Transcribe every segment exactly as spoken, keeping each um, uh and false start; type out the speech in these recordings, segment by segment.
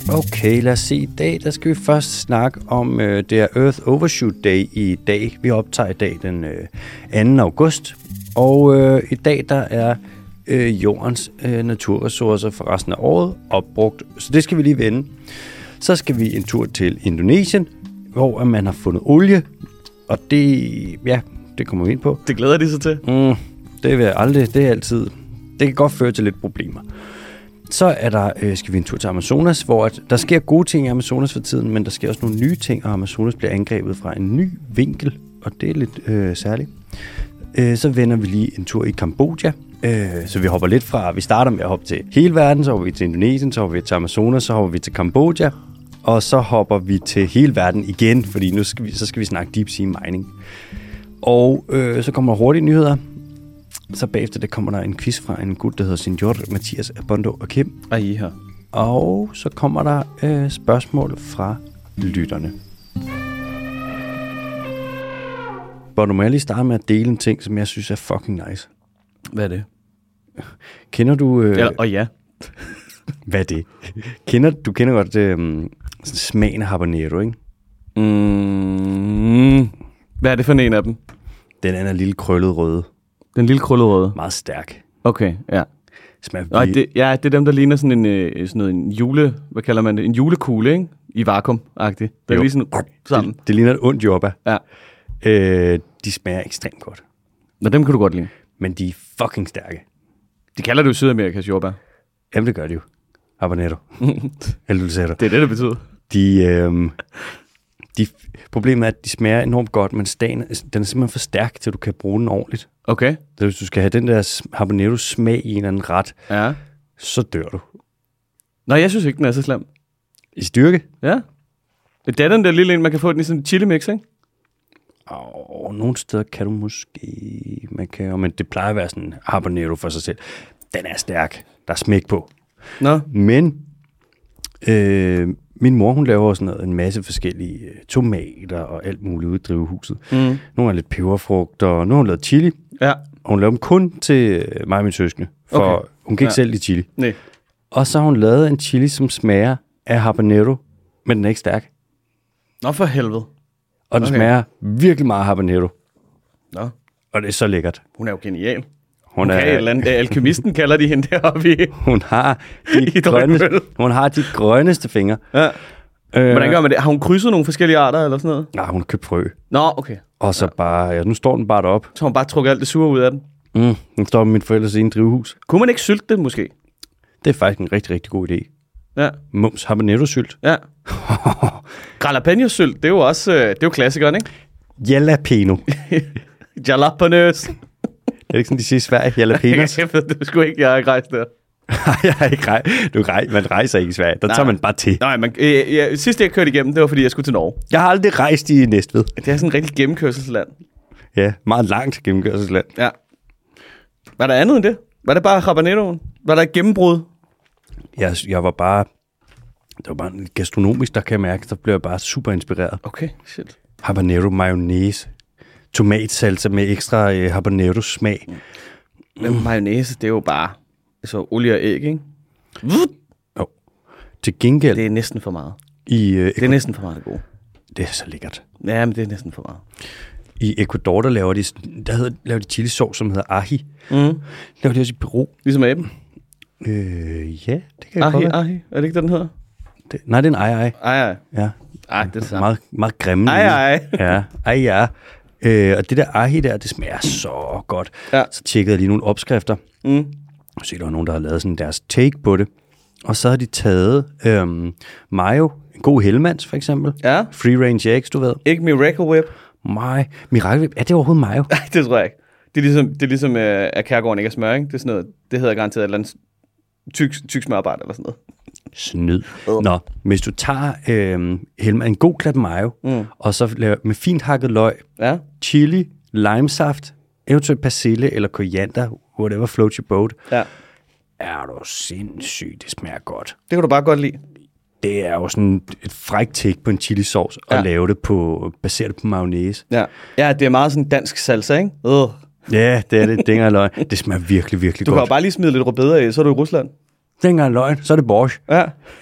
Okay, lad os se. I dag, der skal vi først snakke om øh, det er Earth Overshoot Day i dag. Vi optager i dag den øh, anden august. Og øh, i dag, der er øh, jordens øh, naturressourcer for resten af året opbrugt. Så det skal vi lige vende. Så skal vi en tur til Indonesien, hvor man har fundet olie. Og det, ja, det kommer vi ind på. Det glæder de sig til. Mm, det vil jeg aldrig. Det er altid. Det kan godt føre til lidt problemer. Så er der, øh, skal vi en tur til Amazonas, hvor at der sker gode ting i Amazonas for tiden, men der sker også nogle nye ting, og Amazonas bliver angrebet fra en ny vinkel, og det er lidt øh, særligt. Øh, så vender vi lige en tur i Kambodja, øh, så vi hopper lidt fra, vi starter med at hoppe til hele verden, så hopper vi til Indonesien, så hopper vi til Amazonas, så hopper vi til Kambodja, og så hopper vi til hele verden igen, fordi nu skal vi, så skal vi snakke deep sea mining. Og øh, så kommer der hurtige nyheder. Så bagefter det kommer der en quiz fra en gut, der hedder Senor Mathias Abondo og Kim. Og I her. Og så kommer der øh, spørgsmål fra lytterne. Bono, må jeg lige starte med at dele en ting, som jeg synes er fucking nice. Hvad er det? Kender du... Øh, ja, og ja. Hvad er det? Kender, du kender godt øh, smagen af habanero, ikke? Mm, hvad er det for en af dem? Den er en lille krøllet røde. Den lille krøllerøde? Meget stærk. Okay, ja. Smager Nej, det, ja, det er dem, der ligner sådan en, øh, sådan noget, en jule... Hvad kalder man det? En julekugle, ikke? I vakuum-agtigt. Der er lige sådan sammen. Det, det ligner et ondt jordbær. Ja. Øh, de smager ekstremt godt. Nå, dem kan du godt lide. Men de er fucking stærke. De kalder det jo Sydamerikas jordbær. Jamen, det gør de jo. Habanero. Eller du siger det. Det er det, det betyder. De, øh, de, problemet er, at de smager enormt godt, men stagen, den er simpelthen for stærk, til du kan bruge den ordentligt. Okay. Så hvis du skal have den der habanero smag i en eller anden ret, ja. Så dør du. Nå, jeg synes ikke, den er så slem. I styrke? Ja. Det er den der lille en, man kan få den i sådan en chili mix, ikke? Åh, nogle steder kan du måske... Man kan, men det plejer at være sådan en habanero for sig selv. Den er stærk. Der er smæk på. Nå. Men øh, min mor, hun laver sådan noget, en masse forskellige øh, tomater og alt muligt ude i drivhuset. Mm. Nogle har lidt peberfrugt, og nogle har lavet chili. Ja. Og hun laver dem kun til mig og min søskende, for okay. Hun kan ikke ja. Selv lide chili. Nej. Og så har hun lavet en chili, som smager af habanero, men den er ikke stærk. Nå, for helvede. Og den okay. smager virkelig meget habanero. Nå. Og det er så lækkert. Hun er jo genial. Hun okay, er et eller andet, alkymisten kalder de hende deroppe i. Hun har de, grønne, hun har de grønneste fingre. Ja. Øh, Hvordan gør man det? Har hun krydset nogle forskellige arter eller sådan noget? Nej, hun har købt frø. Nå, okay. Og så ja. bare, ja, nu står den bare deroppe. Så har hun bare trukket alt det sure ud af den? Mm, den står med min forældres ene drivhus. Kunne man ikke sylte det måske? Det er faktisk en rigtig, rigtig god idé. Ja. Mums habanero-sylt. Ja. Jalapeño-sylt, det er jo også, det er jo klassikeren, ikke? Jalapeno. Jalapenos. Er det ikke sådan, de siger i Sverige? Jalapenos? Jeg ved det sgu ikke, jeg har ikke rejst der. Nej, jeg har ikke rejst. Du rej... Man rejser ikke i Sverige. Der nej. Tager man bare til. Nej, men øh, ja, sidst jeg kørte igennem, det var fordi, jeg skulle til Norge. Jeg har aldrig rejst i Næstved. Det er sådan en rigtig gennemkørselsland. Ja, meget langt gennemkørselsland. Ja. Var der andet end det? Var det bare habaneroen? Var der et gennembrud? Jeg, jeg var bare... Det var bare gastronomisk, der kan jeg mærke, der blev jeg bare super inspireret. Okay, shit. Habanero mayonnaise. Tomatsalsa med ekstra øh, habanero smag. Mm. Men mayonnaise, det er jo bare så olie og æg, ikke? Jo. Til gengæld... Det er næsten for meget. I, øh, det er næsten for meget, det gode. Det er så lækkert. Ja, men det er næsten for meget. I Ecuador, der laver de, der hedder, laver de chilisauce, som hedder ají. Mm. Laver de også i Peru. Ligesom aben? Øh, ja, det kan jeg godt være. Ají, er det ikke det, den hedder? Det, nej, det er en ej, ej. Ej, ej. Ja. Ej, det er det samme. Meget, meget grimme. Ej, ej. Ja, ej, ja. Øh, og det der ají der, det smager så godt. Ja. Så tjekkede jeg lige nogle opskrifter. Mm. Så der var nogen, der har lavet sådan deres take på det. Og så har de taget øhm, mayo, en god Hellmann's for eksempel. Ja. Free range eggs, du ved. Ikke Miracle Whip. Nej, Miracle Whip. Er det overhovedet mayo? Nej, det tror jeg ikke. Det er ligesom, det er ligesom øh, at Kærgården ikke er smør, ikke? Det er sådan noget, det hedder garanteret et eller andet tyk, tyk smørarbejde eller sådan noget. Snyd. Uh. Nå, hvis du tager øh, Hellmann's, en god klat mayo, mm. og så laver med fint hakket løg, ja. chili, limesaft, eventuelt persille eller koriander, whatever floats your boat. Ja. Er du sindssygt, det smager godt. Det kan du bare godt lide. Det er jo sådan et frækt take på en chilisauce, ja. Og lave det på, baseret på mayonnaise. Ja. Ja, det er meget sådan dansk salsa, ikke? Uh. Ja, det er det. Dengang løgn. Det smager virkelig, virkelig du godt. Du kan jo bare lige smide lidt rødbeder i, så er du i Rusland. Dengang løgn, så er det borsch. Ja.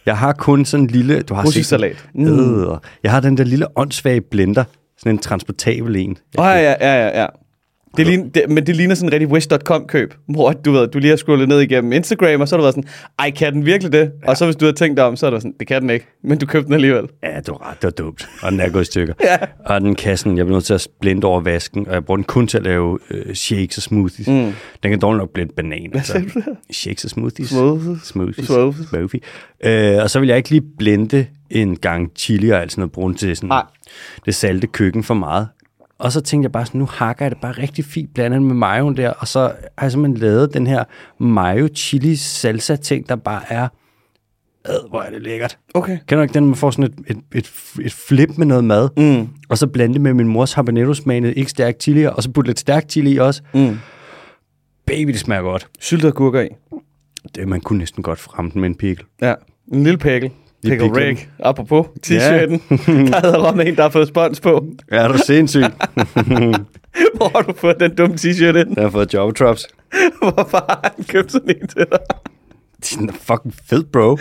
Jeg har kun sådan en lille... Du har Russisk salat. Mm. Øh, jeg har den der lille åndssvage blender. Sådan en transportabel en. Åh, oh, ja, ja, ja, ja. Det ligner, det, men det ligner sådan en rigtig wish punktum com køb, hvor du ved, du lige har scrollet ned igennem Instagram, og så har du været sådan, ej, kan den virkelig det? Ja. Og så hvis du har tænkt dig om, så er du sådan, det kan den ikke, men du købte den alligevel. Ja, det var ret, det var dumt. Og den er gået i stykker. Ja. Og den kassen, jeg blev nødt til at blende over vasken, og jeg bruger den kun til at lave øh, shakes og smoothies. Mm. Den kan dårligt nok blende banan. Hvad sagde du der? Shakes og smoothies. Smoothies. Smoothies. Smoothies. Smoothie. Øh, og så vil jeg ikke lige blende en gang chili og alt sådan noget brunt til sådan Nej. det salte køkken for meget. Og så tænkte jeg bare sådan, nu hakker jeg det bare rigtig fint blandet med mayoen der, og så har jeg simpelthen lavet den her mayo chili salsa ting, der bare er, ad, hvor er det lækkert. Okay. Kan du ikke den, man får sådan et, et, et, et flip med noget mad, Mm. og så blande det med min mors habanero-smagende, ikke stærk chili, og så putte lidt stærk chili i også. Mm. Baby, det smager godt. Syltede gurker i. Det, man kunne næsten godt fremme den med en pickle. Ja, en lille pickle. Lille Pickle pickle. Rick. Apropos t-shirten. Der hedder Rom en, der har fået spons på. Ja, er du sindssyg? Hvor har du fået den dumme t-shirt ind? Jeg har fået job drops. Hvorfor har han købt sådan en til dig? Den er fucking fed, bro.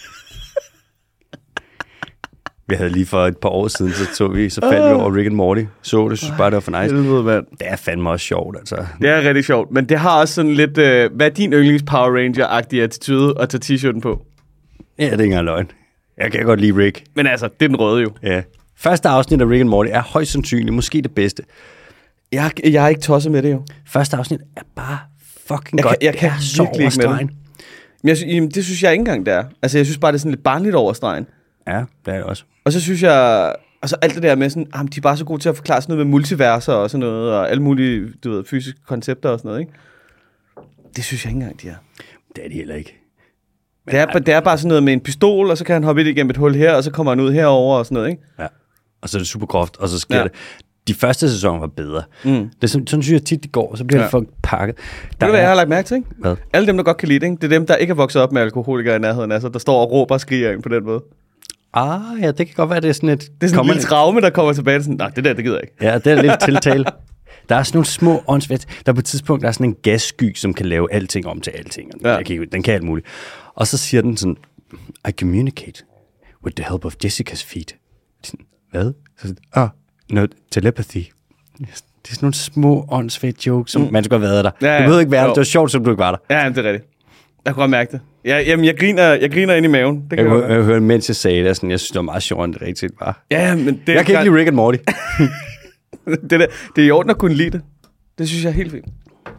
Vi havde lige for et par år siden, så tog vi, så faldt vi over Rick and Morty. Så det, synes bare, det var for nice. Helvede, mand. Det er fandme også sjovt, altså. Det er rigtig sjovt, men det har også sådan lidt, øh, hvad er din yndlings Power Ranger-agtige attitude at tage t-shirten på? Ja, det er ikke engang løgn. Jeg kan godt lide Rick. Men altså, det er den røde jo. Ja. Første afsnit af Rick and Morty er højst sandsynligt, måske det bedste. Jeg, jeg er ikke tosset med det jo. Første afsnit er bare fucking Jeg godt. kan, jeg det kan er så virkelig ikke med overstregen. det. Men jeg, sy- jamen, det synes jeg ikke engang, det er. Altså, jeg synes bare, det er sådan lidt barnligt overstregen. Ja, det er det også. Og så synes jeg, altså alt det der med sådan, ah, de er bare så gode til at forklare sådan noget med multiverser og sådan noget, og alle mulige, du ved, fysiske koncepter og sådan noget, ikke? Det synes jeg ikke engang, de er. Det er de heller ikke. Men Det er, det er bare sådan noget med en pistol, og så kan han hoppe ind igennem et hul her, og så kommer han ud herover og sådan noget, ikke? Ja. Og så er det super groft, og så sker Ja. det. De første sæsoner var bedre. Mm. Det er sådan, sådan synes jeg tit, det går, og så bliver Ja. det folk pakket. Ved du, hvad jeg har lagt mærke til, ikke? Hvad? Alle dem, der godt kan lide det, ikke? Det er dem, der ikke er vokset op med alkoholikere i nærheden, altså, der står og råber og skriger ind på den måde. Ah, ja, det kan godt være, det er sådan et... Det er sådan en lille traume, der kommer tilbage, sådan, nej, det der, det gider jeg ikke. Ja, det er lidt tiltale. Der er sådan nogle små åndsvæt. Der er på et tidspunkt, der er sådan en gassky, som kan lave alting om til alting. Ja. Jeg kan, ikke- den kan alt muligt. Og så siger den sådan, I communicate with the help of Jessica's feet. Sådan, hvad? Så siger den, ah, no, telepathy. Det er sådan nogle små åndssvagt jokes, som mm. man skulle have været der. Ja, ja. Du behøvede ikke være der. Jo. Det var sjovt, som du ikke var der. Ja, jamen, det er rigtigt. Jeg kunne godt mærke det. Ja, jamen, jeg griner, jeg griner ind i maven. Det kan Jeg jeg, kunne godt jeg høre, mens jeg sagde det, sådan, jeg synes, det var meget sjovt, end det rigtigt var. Ja, men det, Jeg kan ikke lide Rick and Morty. det, der, det er i orden at kunne lide det. Det synes jeg er helt fint.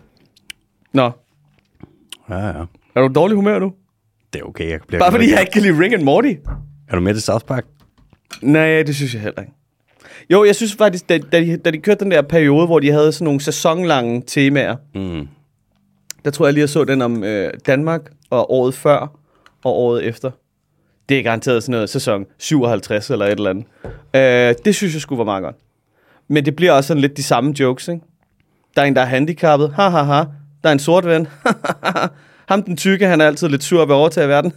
Nå, Ja, ja. er du i dårlig humør nu? Det er okay. Jeg bliver Bare fordi jeg ikke kan lide Rick and Morty? Er du med til South Park? Nej, det synes jeg heller ikke. Jo, jeg synes faktisk, da, da, de, da de kørte den der periode, hvor de havde sådan nogle sæsonlange temaer, Mm. der tror jeg lige, jeg så den om øh, Danmark, og året før, og året efter. Det er garanteret sådan noget sæson syvoghalvtreds eller et eller andet. Øh, det synes jeg skulle være meget godt. Men det bliver også sådan lidt de samme jokes, ikke? Der er en, der er handicappet. Ha, ha, ha. Der er en sort ven. Ham den tykke, han er altid lidt sur ved at overtage verden.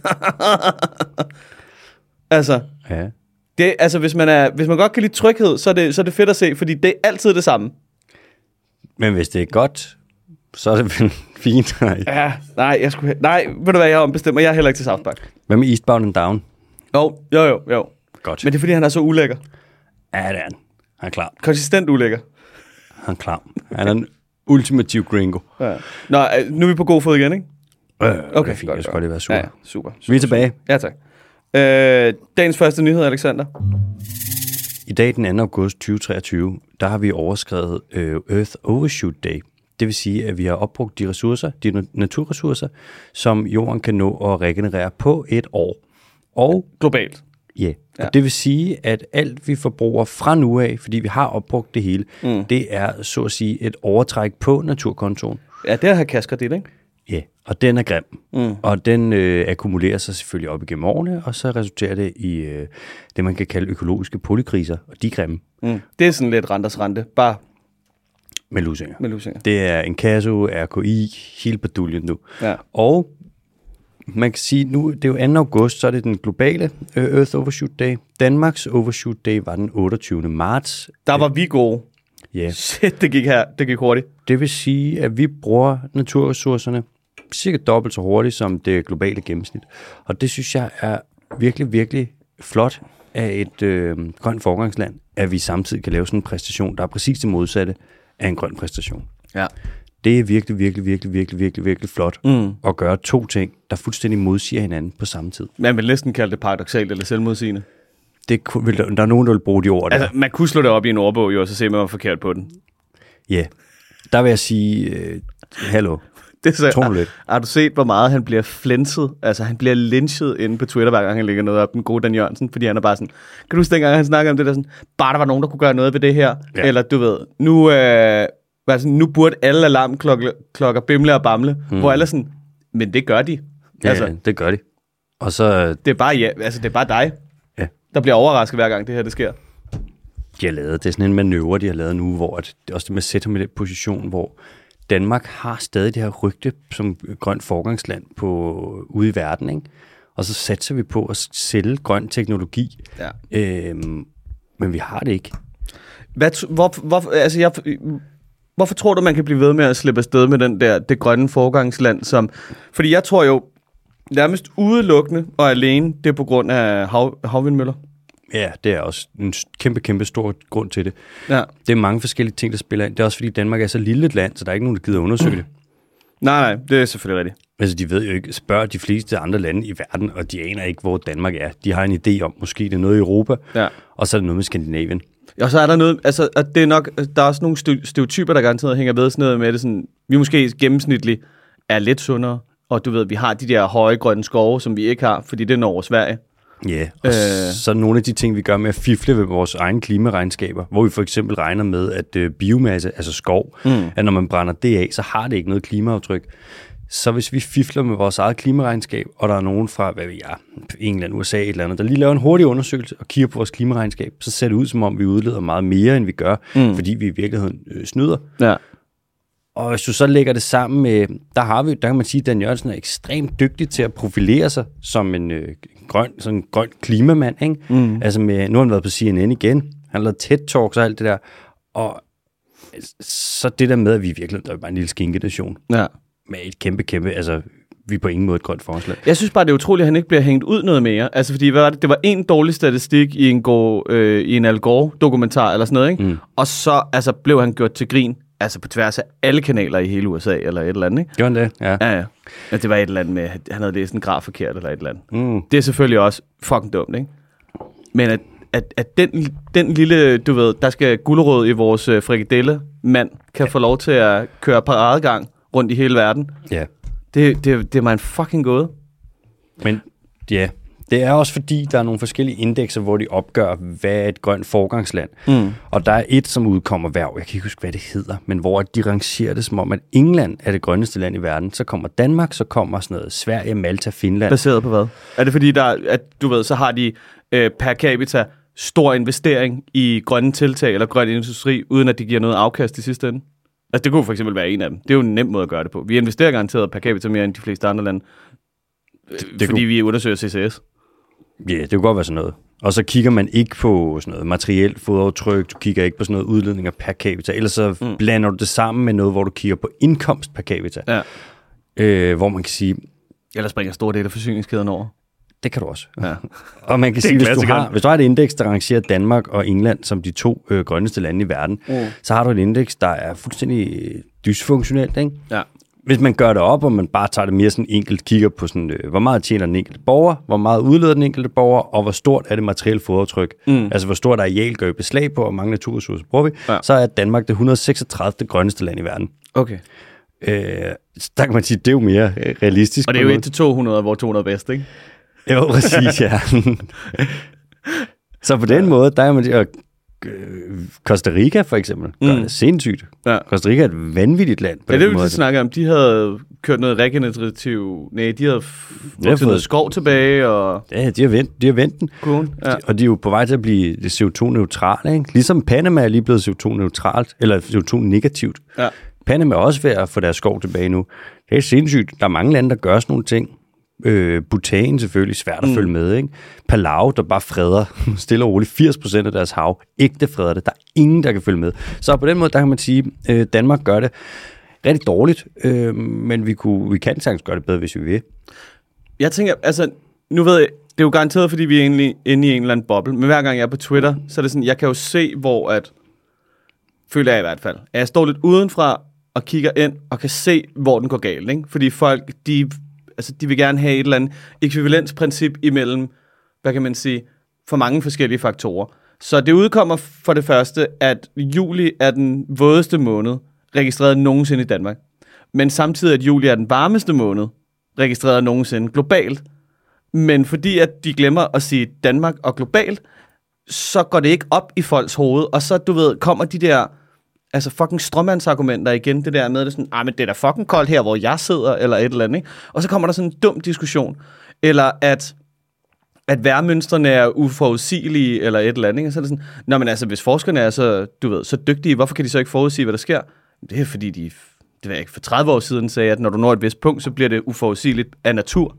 altså, Ja. det, altså hvis, man er, hvis man godt kan lide tryghed, så er, det, så er det fedt at se, fordi det er altid det samme. Men hvis det er godt, så er det vel fint. Ja, nej, jeg skulle, nej, ved du hvad, jeg ombestemmer. Jeg er heller ikke til South Park. Hvad med Eastbound and Down? Jo, jo, jo, jo. Godt. Men det er, fordi han er så ulækker. Ja, det er han. Han er klar. Konsistent ulækker. Han er klar. Han er en ultimativ gringo. Ja. Nå, øh, nu er vi på god fod igen, ikke? Øh, Okay, det er fint. godt, Jeg skal godt. lige være sur. Ja, ja, super, super. Vi er tilbage. Ja, tak. Øh, dagens første nyhed, Alexander. I dag, den anden august tyve treogtyve, der har vi overskrevet øh, Earth Overshoot Day. Det vil sige, at vi har opbrugt de ressourcer, de na- naturressourcer, som jorden kan nå at regenerere på et år. Og Globalt. ja, yeah. Ja. Og det vil sige, at alt vi forbruger fra nu af, fordi vi har opbrugt det hele, mm. det er så at sige et overtræk på naturkontoen. Ja, det har Kasker dit, ikke? Ja, og den er grim. Mm. Og den øh, akkumulerer sig selvfølgelig op igennem årene, og så resulterer det i øh, det, man kan kalde økologiske polykriser, og de er grimme Mm. Det er sådan lidt renters rente, bare med lusinger. med lusinger. Det er Inkasso, R K I, hele baduljen nu. Ja. Og man kan sige, nu det er jo anden august, så er det den globale øh, Earth Overshoot Day. Danmarks Overshoot Day var den otteogtyvende marts. Der var vi gode. Ja, Shit, det gik her. Det gik hurtigt. det vil sige, at vi bruger naturressourcerne cirka dobbelt så hurtigt som det globale gennemsnit. Og det synes jeg er virkelig, virkelig flot af et øh, grønt forgangsland, at vi samtidig kan lave sådan en præstation, der er præcis det modsatte af en grøn præstation. Ja. Det er virkelig, virkelig, virkelig, virkelig, virkelig, virkelig flot mm. at gøre to ting, der fuldstændig modsiger hinanden på samme tid. Man vil næsten kalde det paradoksalt eller selvmodsigende. Det kunne, vil, der er nogen, der vil bruge de ord der. Altså, man kunne slå det op i en ordbog, jo, og så se, man var forkert på den. Ja, yeah. Der vil jeg sige, øh, hallo, det så, tro lidt. Har du set, hvor meget han bliver flænset? Altså, han bliver lynchet inde på Twitter, hver gang han lægger noget op, den gode Dan Jørgensen, fordi han er bare sådan, kan du huske dengang, han snakker om det der sådan, bare der var nogen, der kunne gøre noget ved det her, ja. Eller du ved, nu, øh, altså, nu burde alle alarmklokker klokker bimle og bamle, hmm. hvor alle er sådan, men det gør de. Ja, altså, ja, det gør de. Og så... Det er bare, ja, altså, det er bare dig, ja. Der bliver overrasket hver gang det her, det sker. De har lavet, det er sådan en manøvre, de har lavet nu, hvor at, det er også det med at sætte ham i den position, hvor Danmark har stadig det her rygte som grønt forgangsland på, ude i verden, ikke? Og så satser vi på at sælge grøn teknologi, ja. øhm, men vi har det ikke. Hvad, hvor, hvor, altså jeg, hvorfor tror du, man kan blive ved med at slippe afsted med den der, det grønne forgangsland? Som, fordi jeg tror jo, nærmest udelukkende og alene, det er på grund af hav, havvindmøller. Ja, det er også en kæmpe, kæmpe stor grund til det. Ja. Det er mange forskellige ting, der spiller ind. Det er også fordi Danmark er så lille et land, så der er ikke nogen, der gider undersøge det. Nej, nej, det er selvfølgelig rigtigt. Altså, de ved jo ikke, spørger de fleste andre lande i verden, og de aner ikke, hvor Danmark er. De har en idé om, måske det er noget i Europa, ja. Og så er det noget med Skandinavien. Og så er der noget, altså, at det er nok, der er også nogle stereotyper, der garanteret hænger ved sådan noget med det, sådan, vi måske gennemsnitligt er lidt sundere, og du ved, vi har de der høje grønne skove, som vi ikke har, fordi det er Norge og Sverige. Ja, og øh. så nogle af de ting, vi gør med at fifle ved vores egne klimaregnskaber, hvor vi for eksempel regner med, at øh, biomasse, altså skov, mm. at når man brænder det af, så har det ikke noget klimaaftryk. Så hvis vi fifler med vores eget klimaregnskab, og der er nogen fra, hvad ved jeg, England, U S A, et eller andet, der lige laver en hurtig undersøgelse og kigger på vores klimaregnskab, så ser det ud, som om vi udleder meget mere, end vi gør, mm. fordi vi i virkeligheden øh, snyder. Ja. Og hvis du så lægger det sammen med, der har vi, der kan man sige, at Dan Jørgensen er ekstremt dygtig til at profilere sig som en øh, grøn, sådan en grøn klimamand, ikke? Mm. Altså med, nu har han været på C N N igen, han har lavet TED-talks og alt det der, og så det der med, at vi i virkeligheden er bare en lille skinkenation. Ja. Med et kæmpe, kæmpe, altså vi er på ingen måde et grønt forslag. Jeg synes bare, det er utroligt, at han ikke bliver hængt ud noget mere. Altså fordi, hvad var det? Det var en dårlig statistik i en, Gore, øh, i en Al Gore-dokumentar eller sådan noget, ikke? Mm. Og så altså, blev han gjort til grin. Altså på tværs af alle kanaler i hele U S A, eller et eller andet, ikke? Gjorde han det? Ja. Ja, ja. Ja, det var et eller andet med, han havde læst en graf forkert, eller et eller andet. Mm. Det er selvfølgelig også fucking dumt, ikke? Men at, at, at den, den lille, du ved, der skal gulerod i vores øh, frikadelle mand, kan ja. få lov til at køre paradegang rundt i hele verden. Ja. Det, det, det er mig en fucking gåde. Men, ja... Det er også fordi, der er nogle forskellige indekser, hvor de opgør, hvad er et grønt forgangsland. Mm. Og der er et, som udkommer hver år. Jeg kan ikke huske, hvad det hedder, men hvor de rangerer det som om, at England er det grønneste land i verden. Så kommer Danmark, så kommer sådan noget Sverige, Malta, Finland. Baseret på hvad? Er det fordi, der, at du ved, så har de øh, per capita stor investering i grønne tiltag eller grøn industri, uden at det giver noget afkast i sidste ende? Altså det kunne for eksempel være en af dem. Det er jo en nem måde at gøre det på. Vi investerer garanteret per capita mere end de fleste andre lande, det, det fordi kunne... vi undersøger C C S. Ja, det kunne godt være sådan noget. Og så kigger man ikke på sådan noget materielt fodaftryk, du kigger ikke på sådan noget udledninger per capita, ellers så mm. blander du det sammen med noget, hvor du kigger på indkomst per capita. Ja. Øh, hvor man kan sige... Eller springer store dele af forsyningskæden over. Det kan du også. Ja. Og man kan sige, hvis du, har, hvis du har et indeks, der rangerer Danmark og England som de to øh, grønneste lande i verden, mm. så har du et indeks, der er fuldstændig dysfunktionelt, ikke? Ja. Hvis man gør det op, og man bare tager det mere sådan enkelt, kigger på sådan, øh, hvor meget tjener den enkelte borger, hvor meget udleder den enkelte borger, og hvor stort er det materielle fodaftryk. Mm. Altså, hvor stort areal gør vi beslag på, og hvor mange naturressourcer bruger vi. Ja. Så er Danmark det et hundrede og seksogtredive grønneste land i verden. Okay. Øh, der kan man sige, det er jo mere øh, realistisk. Og det er jo et til to hundrede, hvor to hundrede er bedst, ikke? Jo, præcis, ja. Så på den måde, der er man øh, Costa Rica for eksempel, gør mm. det sindssygt. Ja. Costa Rica er et vanvittigt land. På ja, det vil vi snakke om. De havde kørt noget regenerativ... Nej, de havde fået noget skov tilbage. Og... Ja, de har vendt, de har vendt den. Cool. Ja. Og de er jo på vej til at blive C O to neutrale, ikke? Ligesom Panama er lige blevet C O to neutralt, eller C O to negativt. Ja. Panama er også ved at få deres skov tilbage nu. Det er sindssygt. Der er mange lande, der gør sådan nogle ting. Øh, Bhutan selvfølgelig svært at mm. følge med, ikke? Palau, der bare freder stille og roligt firs procent af deres hav, ægte freder det. Der er ingen, der kan følge med. Så på den måde, der kan man sige, øh, Danmark gør det rigtig dårligt, øh, men vi, kunne, vi kan sagtens gøre det bedre, hvis vi vil. Jeg tænker, altså, nu ved jeg, det er jo garanteret, fordi vi er egentlig inde i en eller anden boble. Men hver gang jeg er på Twitter, så er det sådan, jeg kan jo se, hvor at, føler jeg i hvert fald, at jeg står lidt udenfra og kigger ind og kan se, hvor den går galt. Ikke? Fordi folk, de, altså, de vil gerne have et eller andet ekvivalensprincip imellem, hvad kan man sige, for mange forskellige faktorer. Så det udkommer for det første, at juli er den vådeste måned, registreret nogensinde i Danmark. Men samtidig, at juli er den varmeste måned, registreret nogensinde globalt. Men fordi at de glemmer at sige Danmark og globalt, så går det ikke op i folks hoved. Og så, du ved, kommer de der altså fucking stråmandsargumenter igen. Det der med, det sådan, ah, men det er da fucking koldt her, hvor jeg sidder, eller et eller andet. Ikke? Og så kommer der sådan en dum diskussion. Eller at, at vejrmønstrene er uforudsigelige, eller et eller andet. Ikke? Så er det sådan, nå, men altså, hvis forskerne er så, du ved, så dygtige, hvorfor kan de så ikke forudsige, hvad der sker? Det er fordi, de, det var ikke for tredive år siden, sagde, at når du når et vist punkt, så bliver det uforudsigeligt af natur.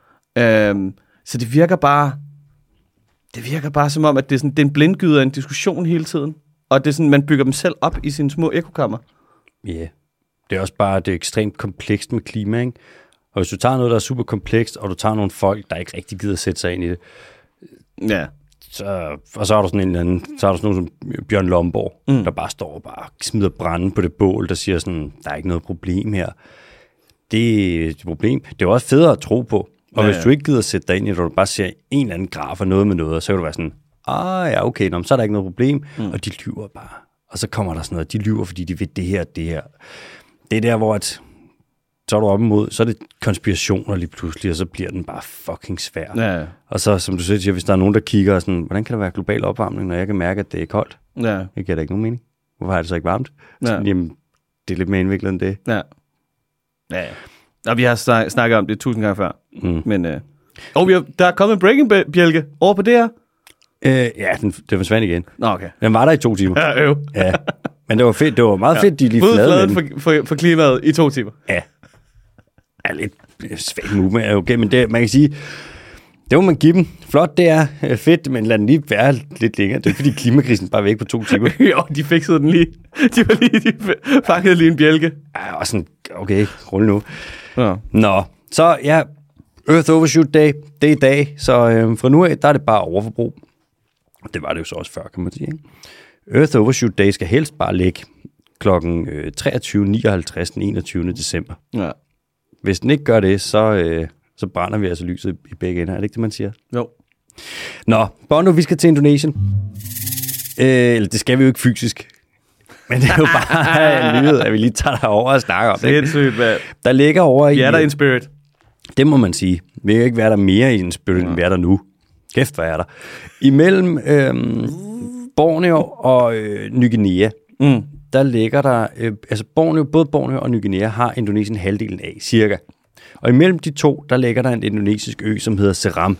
Øhm, så det virker bare det virker bare som om, at det er, sådan, det er en blindgyde af en diskussion hele tiden. Og det er sådan, man bygger dem selv op i sine små ekokammer. Ja, yeah. Det er også bare, det er ekstremt komplekst med klima, ikke? Og hvis du tager noget, der er super komplekst, og du tager nogle folk, der ikke rigtig gider sætte sig ind i det, ja. så, og så er der sådan en eller anden, så er der sådan nogen som Bjørn Lomborg, mm. der bare står og bare smider brænde på det bål, der siger sådan, der er ikke noget problem her. Det er et problem. Det er også federe at tro på. Og ja, hvis du ikke gider sætte dig ind i det, og du bare ser en eller anden graf og noget med noget, så kan du være sådan, ah ja, okay, nå, så er der ikke noget problem. Mm. Og de lyver bare. Og så kommer der sådan noget, de lyver, fordi de ved det her, det her. Det er der, hvor at, så er du op imod, så er det konspirationer lige pludselig, og så bliver den bare fucking svær. Ja. Og så, som du siger, hvis der er nogen, der kigger og sådan, hvordan kan der være global opvarmning, når jeg kan mærke, at det er koldt? Ja. Det giver da ikke nogen mening. Hvorfor er det så ikke varmt? Ja. Så, jamen, det er lidt mere indviklet end det. Ja. Ja, ja. Og vi har snak- snakket om det tusind gange før. Mm. Men, øh... og vi har, der er kommet en breaking-bjælke over på det her. Øh, ja, den, den forsvandt igen. Nå, okay. Den var der i to timer. Ja, øv. Ja. Men det var fedt. Det var meget ja. fedt, de lige flade med den. For, for, for klimaet i to timer. Ja. Ja, lidt svagt movement. Okay, men det, man kan sige, det må man give dem. Flot, det er fedt, men lad den lige være lidt længere. Det er fordi klimakrisen bare væk på to timer. Jo, de fikset den lige. De var lige, de fangede lige en bjælke. Ja, og sådan, okay, rulle nu. Ja. Nå, så ja, Earth Overshoot Day, det er i dag, så øh, fra nu af, der er det bare overforbrug. Det var det jo så også før, kan man sige. Ikke? Earth Overshoot Day skal helst bare ligge klokken øh, treogtyve nioghalvtreds den enogtyvende december. Ja. Hvis den ikke gør det, så, øh, så brænder vi altså lyset i begge ender. Er det ikke det, man siger? Jo. Nå, Bono, vi skal til Indonesien. Øh, eller det skal vi jo ikke fysisk. Men det er jo bare en nyhed, at vi lige tager derover og snakker om det. Sindssygt, hvad? Der ligger over i... Ja, der er en spirit. Det må man sige. Vi kan ikke være der mere i en spirit, ja. end vi er der nu. Kæft, hvad er der? Imellem øhm, Borneo og øh, Ny Guinea, mm. der ligger der... Øh, altså Borneo, både Borneo og Ny Guinea har Indonesien halvdelen af, cirka. Og imellem de to, der ligger der en indonesisk ø, som hedder Seram.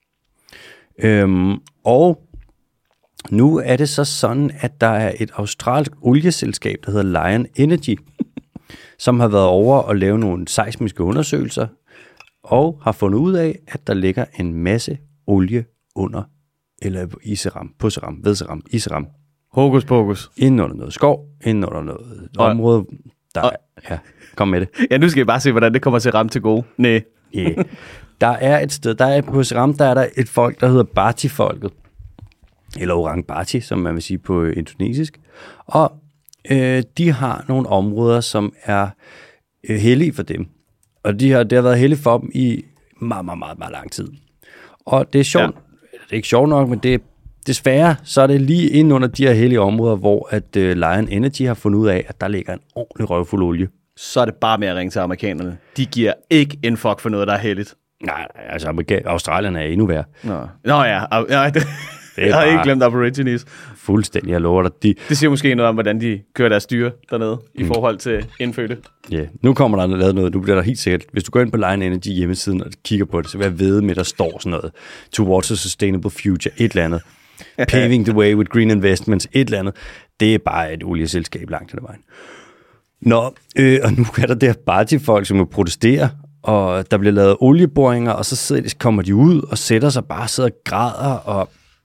Øhm, og nu er det så sådan, at der er et australsk olieselskab, der hedder Lion Energy, som har været over og lave nogle seismiske undersøgelser, og har fundet ud af, at der ligger en masse olie under, eller i Seram, på Seram, ved Seram, i Seram. Hokus pokus. Inden under noget skov, inden under noget og, område, der og, ja, kom med det. Ja, nu skal jeg bare se, hvordan det kommer til Seram til gode. Næh. Yeah. Der er et sted, der er på Seram, der er der et folk, der hedder Bati-folket, eller Orang Bati, som man vil sige på indonesisk, og øh, de har nogle områder, som er øh, hellige for dem. Og de har, det har været helligt for dem i meget, meget, meget, meget lang tid. Og det er sjovt, ja. Det er ikke sjovt nok, men det er desværre, så er det lige inde under de her hellige områder, hvor at uh, Lion Energy har fundet ud af, at der ligger en ordentlig røvfuld olie. Så er det bare med at ringe til amerikanerne. De giver ikke en fuck for noget, der er heldigt. Nej, altså Amerika- Australien er endnu værre. Nå, Nå ja, ja det, det jeg har ikke glemt Aborigines. Fuldstændig, jeg lover dig. De... Det siger måske noget om, hvordan de kører deres styre dernede, mm. i forhold til indfødte. Ja, yeah. Nu kommer der lavet noget, nu bliver der helt sikkert. Hvis du går ind på Lion Energy hjemmesiden og kigger på det, så vil jeg vide med, der står sådan noget. Towards a sustainable future, et eller andet. Paving the way with green investments, et eller andet. Det er bare et olieselskab langt til vejen. Nå, øh, og nu er der der bare til folk, som må protestere, og der bliver lavet olieboringer, og så sidder, kommer de ud og sætter sig bare, sidder og græder, og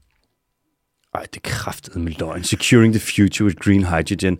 ej, det er kraftedeme med løgn. Securing the future with green hydrogen.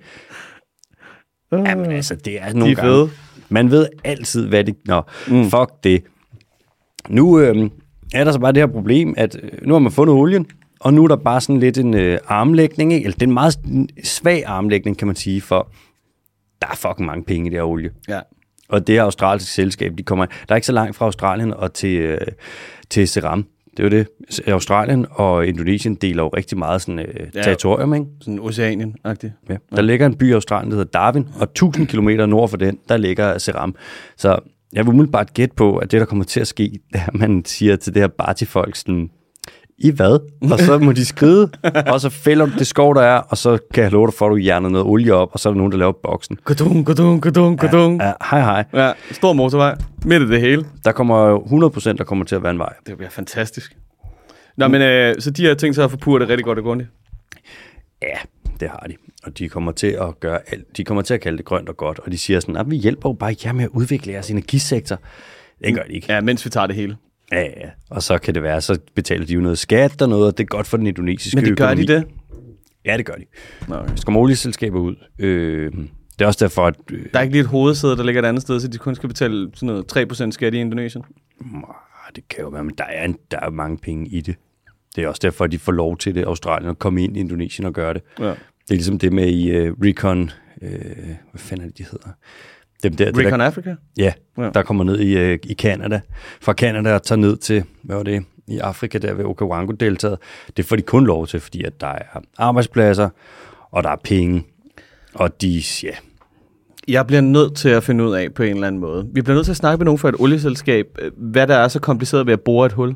Uh, Jamen altså, det er nogle de gange. Man ved altid, hvad det... Nå, mm. fuck det. Nu, øhm, er der så bare det her problem, at øh, nu har man fundet olien, og nu er der bare sådan lidt en øh, armlægning, ikke? Eller det er en meget svag armlægning, kan man sige, for der er fucking mange penge i det her olie. Ja. Og det her australske selskab, de kommer, der er ikke så langt fra Australien og til, øh, til Ceram. Det er jo det. Australien og Indonesien deler jo rigtig meget sådan, øh, Ja. territorium, ikke? Sådan Oceanien-agtigt. Ja. Der ligger en by i Australien, der hedder Darwin, og tusind kilometer nord for den, der ligger Ceram. Så jeg vil umiddelbart gætte på, at det, der kommer til at ske, det er, at man siger til det her Barty-folk sådan, I hvad? Og så må de skride, og så fælder du det skov, der er, og så kan jeg love dig for, at du hjerner noget olie op, og så er der nogen, der laver boksen. Kudung, kudung, kudung, kudung. Ja, hej hej. Ja, stor motorvej. Midt i det hele. Der kommer hundrede procent, der kommer til at være en vej. Det bliver fantastisk. Nå, men øh, så de her ting så har forpurret det rigtig godt og grundigt. Ja, det har de. Og de kommer til at gøre alt. De kommer til at kalde det grønt og godt, og de siger sådan, at vi hjælper jo bare jer med at udvikle jeres energisektor. Det gør de ikke. Ja, mens vi tager det hele. Ja, ja. Og så kan det være, så betaler de jo noget skat og noget, og det er godt for den indonesiske Men det gør økonomi. de det? Ja, det gør de. Okay. Der kommer olieselskaber ud. Øh, det er også derfor, at... Øh, Der er ikke lige et hovedsæde, der ligger et andet sted, så de kun skal betale sådan noget tre procent skat i Indonesien. det kan jo være, men der er, en, der er mange penge i det. Det er også derfor, at de får lov til det, Australien, at komme ind i Indonesien og gøre det. Ja. Det er ligesom det med i uh, Recon... Uh, hvad fanden er det, de hedder? Dem der, Recon det der, Africa? Ja, Ja. der kommer ned i, uh, i Canada. Fra Canada og tager ned til, hvad var det, i Afrika, der ved Okavango-deltaet. Det får de kun lov til, fordi at der er arbejdspladser, og der er penge, og de, ja... Jeg bliver nødt til at finde ud af på en eller anden måde. Vi bliver nødt til at snakke med nogen fra et olieselskab, hvad der er så kompliceret ved at bore et hul.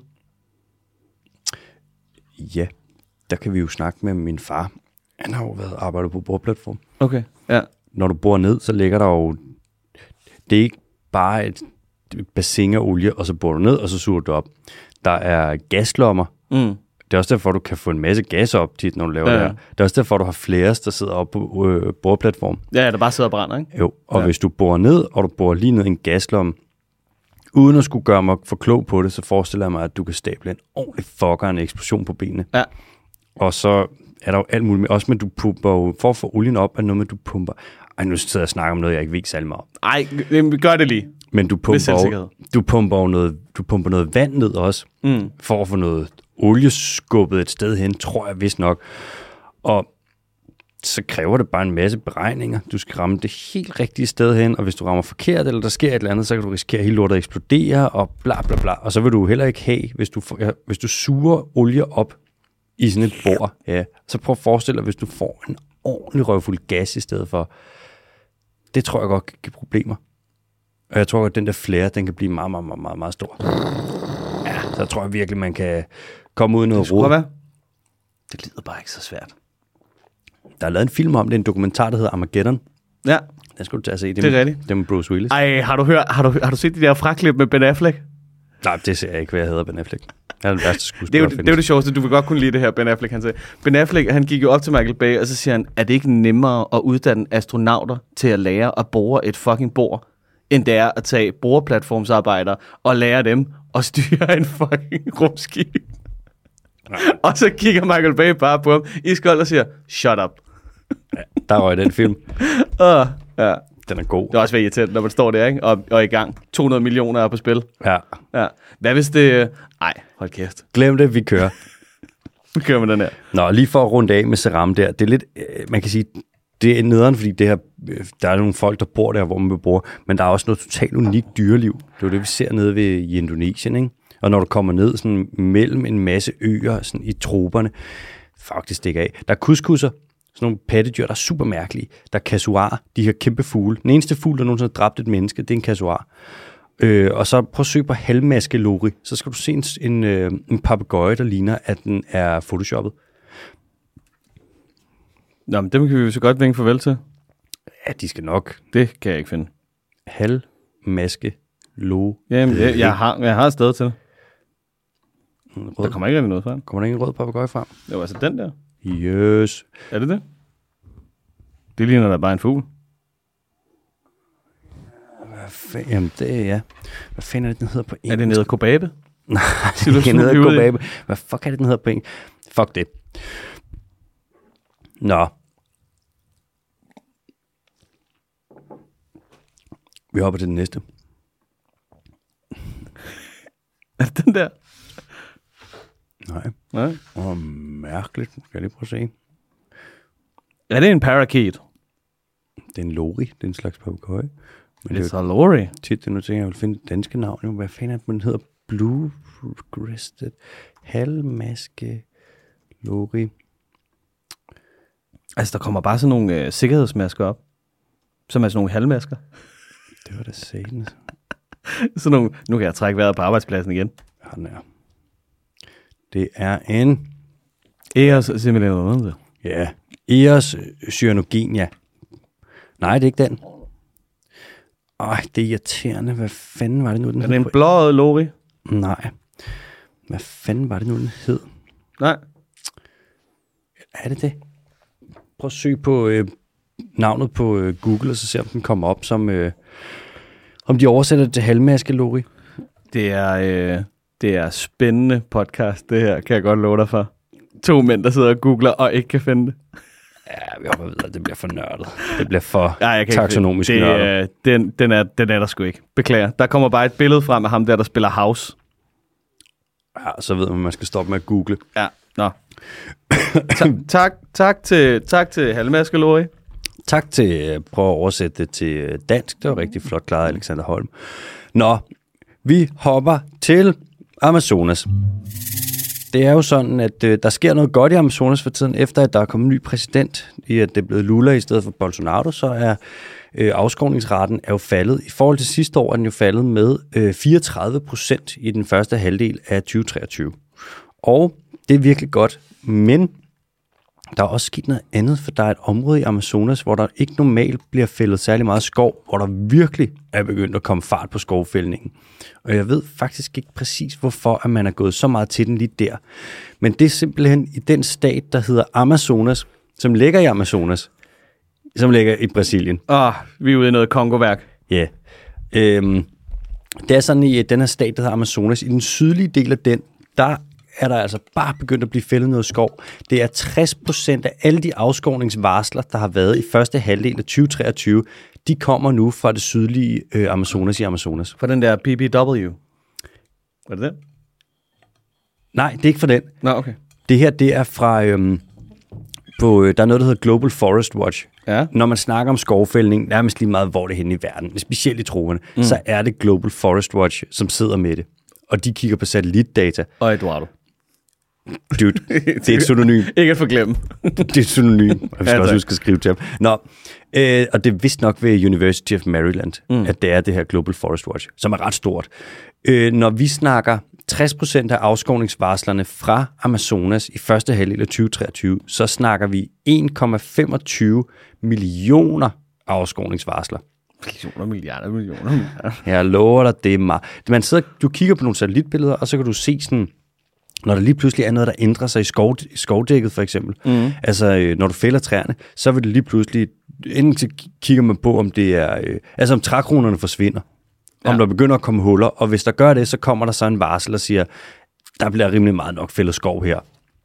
Ja, der kan vi jo snakke med min far. Han har jo været arbejdet på boreplatform. Okay, ja. Når du borer ned, så ligger der jo... Det er ikke bare et bassin af olie, og så borer du ned, og så suger du op. Der er gaslommer. Mm. Det er også derfor, du kan få en masse gas op tit, når du laver Ja, ja. ja. det her. Det er også derfor, du har flere, der sidder oppe på øh, boreplatform. Ja, ja, der bare sidder og brænder, ikke? Jo, og Ja. ja. hvis du borer ned, og du borer lige ned i en gaslomme, uden at skulle gøre mig for klog på det, så forestiller jeg mig, at du kan stable en ordentlig fucker en eksplosion på benene. Ja. Og så er der jo alt muligt med, også med, at du pumper jo, for at få olien op, er noget med, at du pumper. Ej, nu sidder jeg og snakker om noget, jeg ikke ved særlig meget om. Ej, vi gør det lige. Men du pumper, jo, du pumper jo noget, du pumper noget vand ned også, Mm. for at få noget olie skubbet et sted hen, tror jeg vist nok. Og så kræver det bare en masse beregninger. Du skal ramme det helt rigtige sted hen, og hvis du rammer forkert, eller der sker et eller andet, så kan du risikere, at hele lortet eksploderer, og bla bla bla. Og så vil du heller ikke have, hvis du, får, ja, hvis du suger olie op i sådan et bord, ja, så prøv at forestille dig, hvis du får en ordentlig røvfuld gas i stedet for. Det tror jeg godt kan give problemer. Og jeg tror, at den der flare, den kan blive meget, meget, meget, meget, meget stor. Ja, så tror jeg virkelig, man kan komme ud i noget Skulle råd. være. Det lyder bare ikke så svært. Der er lavet en film om det, en dokumentar, der hedder Armageddon. Ja, Den skal du tage at se. det er med, rigtigt. Det er med Bruce Willis. Ej, har du, hørt, har, du, har du set de der fraklip med Ben Affleck? Nej, det ser jeg ikke, hvad jeg hedder Ben Affleck. Jeg er den værste Det er, skuespiller, jo, det er jo det sjoveste, du vil godt kunne lide det her, Ben Affleck, han sagde. Ben Affleck, han gik jo op til Michael Bay, og så siger han, er det ikke nemmere at uddanne astronauter til at lære at bore et fucking bord, end det er at tage boreplatformsarbejdere og lære dem at styre en fucking rumskib? Ja. Og så kigger Michael Bay bare på ham iskoldt og siger, shut up. Ja, der røg den film. Uh, ja. Den er god. Det er også være irriterende, når man står der, ikke? Og, og er i gang. to hundrede millioner er på spil. Ja. Ja. Hvad hvis det... Ej, hold kæft. Glem det, vi kører. Vi kører med den her. Nå, lige for at runde af med Ceram der. Det er lidt, øh, man kan sige, det er nederen, fordi det her, øh, der er nogle folk, der bor der, hvor man bor, men der er også noget totalt unikt dyreliv. Det er jo det, vi ser nede ved, i Indonesien, ikke? Og når du kommer ned sådan mellem en masse øer sådan i troperne, faktisk stikker af. Der er kuskusser, sådan nogle pattedyr, der er super mærkelige. Der er kasuar, de her kæmpe fugle. Den eneste fugl, der nogensinde har dræbt et menneske, det er en kasuar. Øh, og så prøv at søge på halvmaskelori, så skal du se en, en, øh, en papegøje, der ligner, at den er photoshoppet. Nå, men dem kan vi jo så godt vinke farvel til. Ja, de skal nok. Det kan jeg ikke finde. Halvmaske lo. Jamen, jeg, jeg, har, jeg har et sted til. Rød. Der kommer ikke rigtig noget frem. Kommer der ikke en rød papegøje frem? Det var altså den der. Yes. Er det det? Det ligner da bare en fugl. Hvad fanden? Jamen, det er ja. Hvad fanden er det, den hedder på engelsk? Er det nede Kobabe? Nej, det du er ikke nede sådan ud i? Kobabe. Hvad fuck er det, den hedder på engelsk? Fuck det. Nå. Vi hopper til den næste. Er det den der? Ja. Åh, oh, mærkeligt. Skal jeg lige prøve at se. Er det en parakeet? Det er en lori. Det er en slags papegøje. Men Det er så lorry. tit, det nu tænker jeg, vil finde det danske navn. Jo. Hvad fanden er det, den hedder? Blue-breasted halvmaske lori. Altså, der kommer bare sådan nogle øh, sikkerhedsmasker op. Som er sådan nogle halvmasker. Det var da satans. Sådan nogle, nu kan jeg trække vejret på arbejdspladsen igen. Han er. Det er en... Eos simpelthen noget. Ja, Eos cyanogenia. Nej, det er ikke den. Ej, det er irriterende. Hvad fanden var det nu, den Er hed? det en blåøjet lorry? Nej. Hvad fanden var det nu, den hed? Nej. Er det det? Prøv at søge på øh, navnet på øh, Google, og så se, om den kommer op som... Øh, om de oversætter det til halvmaske lorry. Det er, øh, det er spændende podcast, det her, kan jeg godt love dig for. To mænd, der sidder og googler og ikke kan finde det. Ja, vi hopper videre. Det bliver for nørdet. Det bliver for Ja, jeg kan taksonomisk ikke, det, nørdet. øh, den, den, er, den er der sgu ikke. Beklager. Der kommer bare et billede frem af ham der, der spiller House. Ja, så ved man, at man skal stoppe med at google. Ja, nå. Ta- tak, tak til, tak til halvmaske lorry. Tak til, prøv at oversætte det til dansk. Det var rigtig flot klaret, Alexander Holm. Nå, vi hopper til Amazonas. Det er jo sådan, at øh, der sker noget godt i Amazonas for tiden, efter at der er kommet en ny præsident, i at det er blevet Lula i stedet for Bolsonaro, så er øh, afskovningsraten er jo faldet. I forhold til sidste år er den jo faldet med øh, fireogtredive procent i den første halvdel af tyve treogtyve. Og det er virkelig godt, men der er også sket noget andet, for der er et område i Amazonas, hvor der ikke normalt bliver fældet særlig meget skov, hvor der virkelig er begyndt at komme fart på skovfældningen. Og jeg ved faktisk ikke præcis, hvorfor at man er gået så meget til den lige der. Men det er simpelthen i den stat, der hedder Amazonas, som ligger i Amazonas, som ligger i Brasilien. Åh, oh, vi er ude i noget Kongo-værk. Ja. Yeah. Øhm, det er sådan i den her stat, der hedder Amazonas. I den sydlige del af den, der er der altså bare begyndt at blive fældet noget skov. Det er tres procent af alle de afskovningsvarsler, der har været i første halvdel af tyve treogtyve, de kommer nu fra det sydlige øh, Amazonas i Amazonas. For den der P B W. Var det den? Nej, det er ikke fra den. Nå, okay. Det her, det er fra... Øhm, på, der er noget, der hedder Global Forest Watch. Ja. Når man snakker om skovfældning, nærmest lige meget, hvor det er henne i verden, specielt i troverne, mm. så er det Global Forest Watch, som sidder med det. Og de kigger på satellitdata. Og Eduardo. Dude, det er et synonym. Ikke at forglemme. Det er et synonym, og vi skal Ja, også tak. huske at skrive til ham. Nå, øh, og det er vist nok ved University of Maryland, mm. at det er det her Global Forest Watch, som er ret stort. Øh, når vi snakker tres procent af afskovningsvarslerne fra Amazonas i første halvdel af tyve treogtyve, så snakker vi en komma femogtyve millioner afskovningsvarsler. Millioner, milliarder, millioner, milliarder. Jeg lover dig, det er meget. Man sidder, du kigger på nogle satellitbilleder, og så kan du se sådan, når der lige pludselig er noget, der ændrer sig i skov, skovdækket for eksempel. Mm. Altså, øh, når du fælder træerne, så vil det lige pludselig, inden så kigger man på, om det er, øh, altså om trækronerne forsvinder. Ja. Om der begynder at komme huller, og hvis der gør det, så kommer der så en varsel og siger, der bliver rimelig meget nok fældet skov her.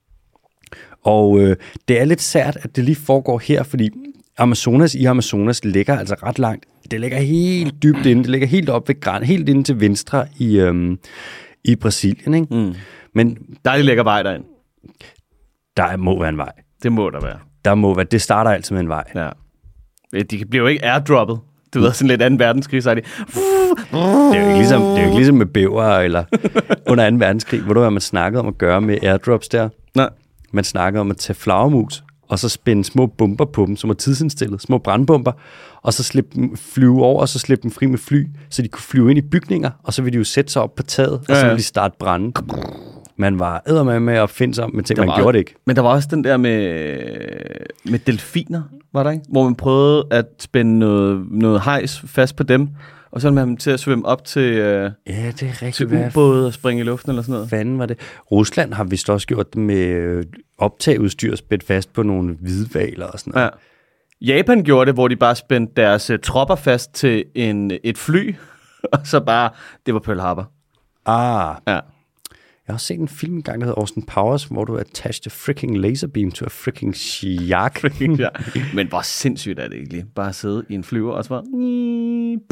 Og øh, det er lidt sært, at det lige foregår her, fordi Amazonas i Amazonas ligger altså ret langt. Det ligger helt dybt inde, det ligger helt op ved grænsen, helt inde til venstre i, øhm, i Brasilien, ikke? Mm. Men Der er lige lækker vej derind. der må være en vej. Det må der være. Der må være, det starter altid med en vej. Ja. De bliver jo ikke airdroppet. Du ved, sådan lidt anden verdenskrig, så er de... Det er jo ikke ligesom, det er jo ikke ligesom med bæver eller under anden verdenskrig, hvor du hvad man snakkede om at gøre med airdrops der. Nej. Man snakkede om at tage flagermus, og så spænde små bomber på dem, som er tidsindstillet, små brandbomber, og så slippe dem flyve over, og så slippe dem fri med fly, så de kunne flyve ind i bygninger, og så ville de jo sætte sig op på taget, og Ja, så ja. ville de starte branden. Man var eddermame med at finde sig, men tænkte, man var- gjorde det ikke. Men der var også den der med, med delfiner, var der ikke? Hvor man prøvede at spænde noget, noget hejs fast på dem, og så man dem til at svømme op til, øh, Ja, det er til rigtigt. Hvad ubåde og springe i luften eller sådan noget. fanden var det? Rusland har vist også gjort det med øh, optageudstyr spændt fast på nogle hvidvaler og sådan noget. Ja. Japan gjorde det, hvor de bare spændte deres uh, tropper fast til en, et fly, og så bare, det var Pearl Harbor. Ah, Ja. jeg har også set en film engang, der hedder Austin Powers, hvor du attached a freaking laser beam to a freaking shark. ja. Men hvor sindssygt er det egentlig? Bare at sidde i en flyver og så bare...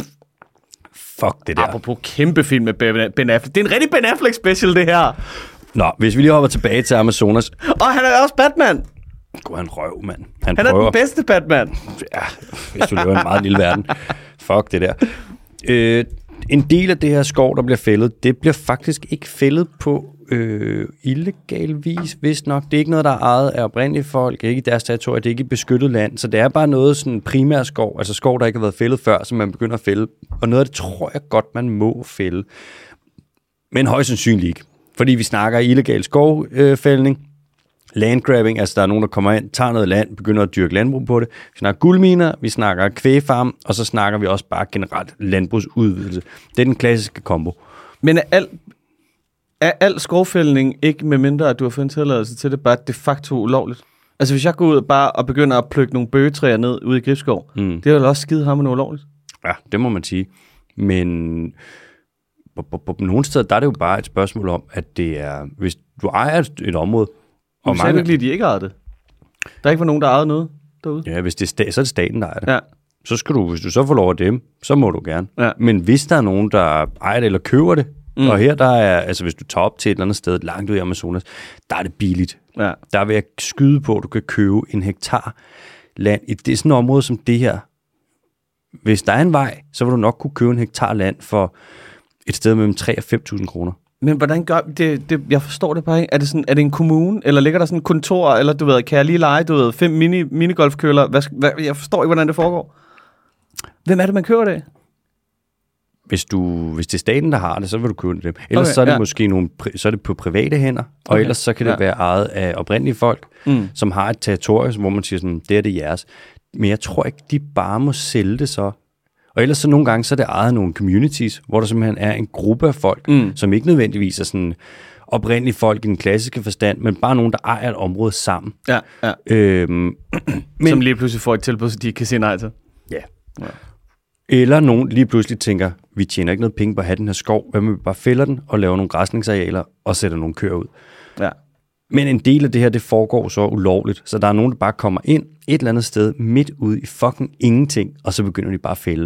Fuck det der. Apropos kæmpe film med Ben Ben Affleck. Det er en rigtig Ben Affleck special, det her. Nå, hvis vi lige hopper tilbage til Amazonas. Og han er også Batman! Gå han røv, mand. Han, han er prøver. den bedste Batman. Ja, hvis du lever i en meget lille verden. Fuck det der. Øh, en del af det her skov, der bliver fældet, det bliver faktisk ikke fældet på øh, illegal vis, vist nok. Det er ikke noget, der er ejet af oprindelige folk, det er ikke i deres territorier, det er ikke i beskyttet land, så det er bare noget sådan primær skov, altså skov, der ikke har været fældet før, som man begynder at fælde. Og noget af det tror jeg godt, man må fælde. Men højst sandsynligt ikke. Fordi vi snakker illegal skovfældning, øh, landgrabbing, altså der er nogen, der kommer ind, tager noget land, begynder at dyrke landbrug på det. Vi snakker guldminer, vi snakker kvægfarm, og så snakker vi også bare generelt landbrugsudvidelse. Det er den klassiske kombo. Men er al, er al skovfældning ikke, med mindre at du har fået en tilladelse til det, bare de facto ulovligt? Altså hvis jeg går ud bare og begynder at plukke nogle bøgetræer ned ude i Gribskov, mm. det er jo også skide hammerende ulovligt. Ja, det må man sige. Men på, på, på nogle steder, der er det jo bare et spørgsmål om, at det er, hvis du ejer et, et område, og mange... virkelig, de ikke ejede det. Der er ikke for nogen, der ejede noget derude. Ja, hvis det er sta- så er det staten, der ejer det. Ja. Så skal du, hvis du så får lov af dem, så må du gerne. Ja. Men hvis der er nogen, der ejer det eller køber det, mm. og her der er, altså hvis du tager op til et eller andet sted langt ud i Amazonas, der er det billigt. Ja. Der vil jeg skyde på, at du kan købe en hektar land i det sådan et område som det her. Hvis der er en vej, så vil du nok kunne købe en hektar land for et sted mellem tre og fem tusind kroner. Men hvordan gør det, det? Jeg forstår det bare ikke. Er det, sådan, er det en kommune, eller ligger der sådan et kontor, eller du ved, kan jeg lige lege, du ved, fem mini, minigolfkøller? Hvad, hvad, jeg forstår ikke, hvordan det foregår. Hvem er det, man køber det? Hvis, du, hvis det er staten, der har det, så vil du købe det. Ellers okay, så er det ja. måske nogle, så er det på private hænder, og okay. ellers så kan det ja. være ejet af oprindelige folk, mm. som har et territorium, hvor man siger sådan, det er det jeres. Men jeg tror ikke, de bare må sælge det så. Og ellers så nogle gange, så er det ejet af nogle communities, hvor der simpelthen er en gruppe af folk, mm. som ikke nødvendigvis er sådan oprindelige folk i den klassiske forstand, men bare nogen, der ejer et område sammen. Ja, ja. Øhm, men, som lige pludselig får et tilbud, så de kan sige nej til. Ja. ja. Eller nogen lige pludselig tænker, vi tjener ikke noget penge på at have den her skov, hvad med vi bare fælder den og laver nogle græsningsarealer og sætter nogle køer ud. Ja. Men en del af det her, det foregår så ulovligt, så der er nogen, der bare kommer ind et eller andet sted midt ude i fucking ingenting, og så begynder de bare at fælde.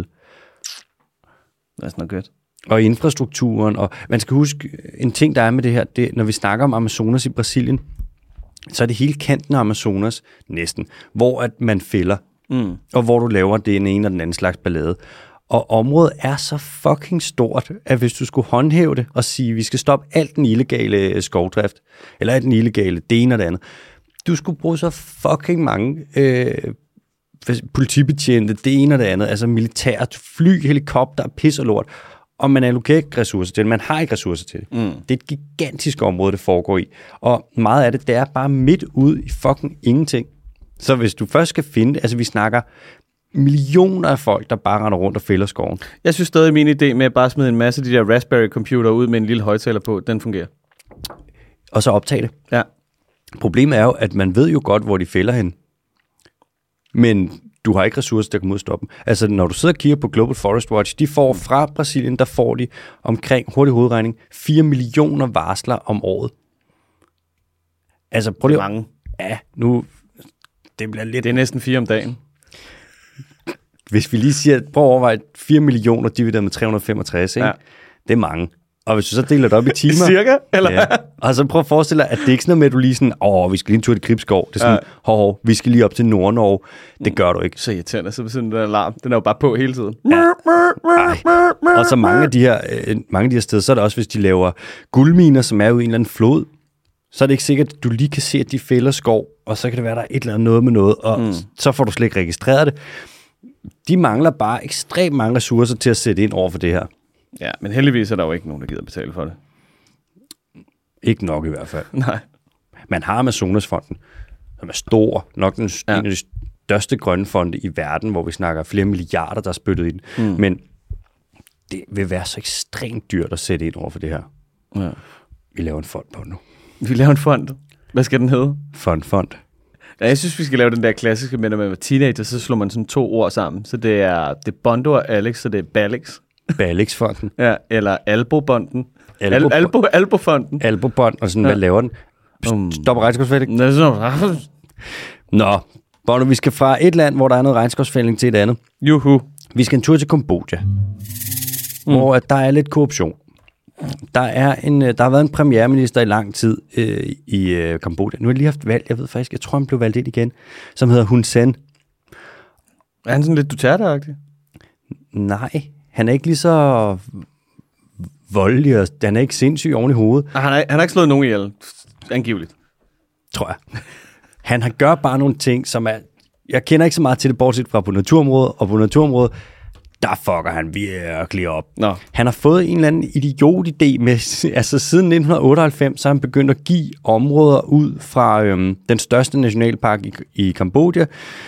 Det er sådan noget godt. Og infrastrukturen, og man skal huske, en ting, der er med det her, det, når vi snakker om Amazonas i Brasilien, så er det hele kanten af Amazonas, næsten, hvor at man fælder, mm. og hvor du laver det ene og den anden slags ballade. Og området er så fucking stort, at hvis du skulle håndhæve det og sige, at vi skal stoppe alt den illegale skovdrift, eller alt den illegale det ene og det andet, du skulle bruge så fucking mange øh, politibetjente, det ene og det andet, altså militært, fly, helikopter, pis og lort, og man allokerer ikke ressourcer til det, man har ikke ressourcer til det. Mm. Det er et gigantisk område, det foregår i, og meget af det, det er bare midt ude i fucking ingenting. Så hvis du først skal finde det, altså vi snakker millioner af folk, der bare render rundt og fælder skoven. Jeg synes stadig, min idé med at bare smide en masse af de der Raspberry-computer ud med en lille højtaler på, den fungerer. Og så optage det. Ja. Problemet er jo, at man ved jo godt, hvor de fælder hen. Men du har ikke ressourcer til at komme ud og stoppe dem. Altså, når du sidder og kigger på Global Forest Watch, de får fra Brasilien, der får de omkring, hurtig hovedregning, fire millioner varsler om året. Altså, prøv lige... Det er mange. Ja, nu... Det bliver lidt... Det er næsten fire om dagen. Hvis vi lige siger, prøv at overveje, fire millioner divideret med tre hundrede og femogtres, ikke? Ja. Det er mange. Og hvis du så deler det op i timer... Cirka, eller? Ja. Og så prøv at forestille dig, at det ikke er sådan noget med, at du lige sådan, åh, vi skal lige en tur til Gribskov. Det er sådan, ja. hov, hov, vi skal lige op til Nord-Norge. Det gør du ikke. Så irriterende, så sådan den alarm, den er jo bare på hele tiden. Ja. Og så mange af, de her, øh, mange af de her steder, så er det også, hvis de laver guldminer, som er ude i en eller anden flod, så er det ikke sikkert, at du lige kan se, at de fælder skov, og så kan det være, der er et eller andet noget med noget, og mm. så får du slet ikke registreret det. De mangler bare ekstremt mange ressourcer til at sætte ind over for det her. Ja, men heldigvis er der jo ikke nogen, der gider betale for det. Ikke nok i hvert fald. Nej. Man har Amazonasfonden, som er stor, nok den ja. en af de største grønne fonde i verden, hvor vi snakker flere milliarder, der er spyttet i den. Mm. Men det vil være så ekstremt dyrt at sætte ind over for det her. Ja. Vi laver en fond på nu. Vi laver en fond. Hvad skal den hedde? Fond, fond. Ja, jeg synes, vi skal lave den der klassiske med, når man var teenager, så slår man sådan to ord sammen. Så det er, det er Bondo og Alex, så det er Balix. Balix-fonden. Ja, eller Albo-bonden. Albo, Al- Albo, Albo-fonden. Albo-bond, og sådan, ja. Hvad laver den? Um, Stopper regnskabsfældning? Nå, Bondo, vi skal fra et land, hvor der er noget regnskabsfældning, til et andet. Juhu. Vi skal en tur til Kambodja, mm. hvor der er lidt korruption. Der, er en, der har været en premierminister i lang tid øh, i øh, Kambodja. Nu har jeg lige haft valg, jeg ved faktisk, jeg tror, han blev valgt ind igen, som hedder Hun Sen. Er han sådan lidt Duterte-agtig? Nej, han er ikke lige så voldelig, og han er ikke sindssyg oven i hovedet. Han, er, han har ikke slået nogen ihjel, angiveligt. Tror jeg. Han har gør bare nogle ting, som er... Jeg kender ikke så meget til det, bortset fra på naturområdet, og på naturområdet, der fucker han virkelig op. Nå. Han har fået en eller anden idiot-idé med, altså siden nitten otteoghalvfems, så har han begyndt at give områder ud fra øhm, den største nationalpark i, i Kambodja,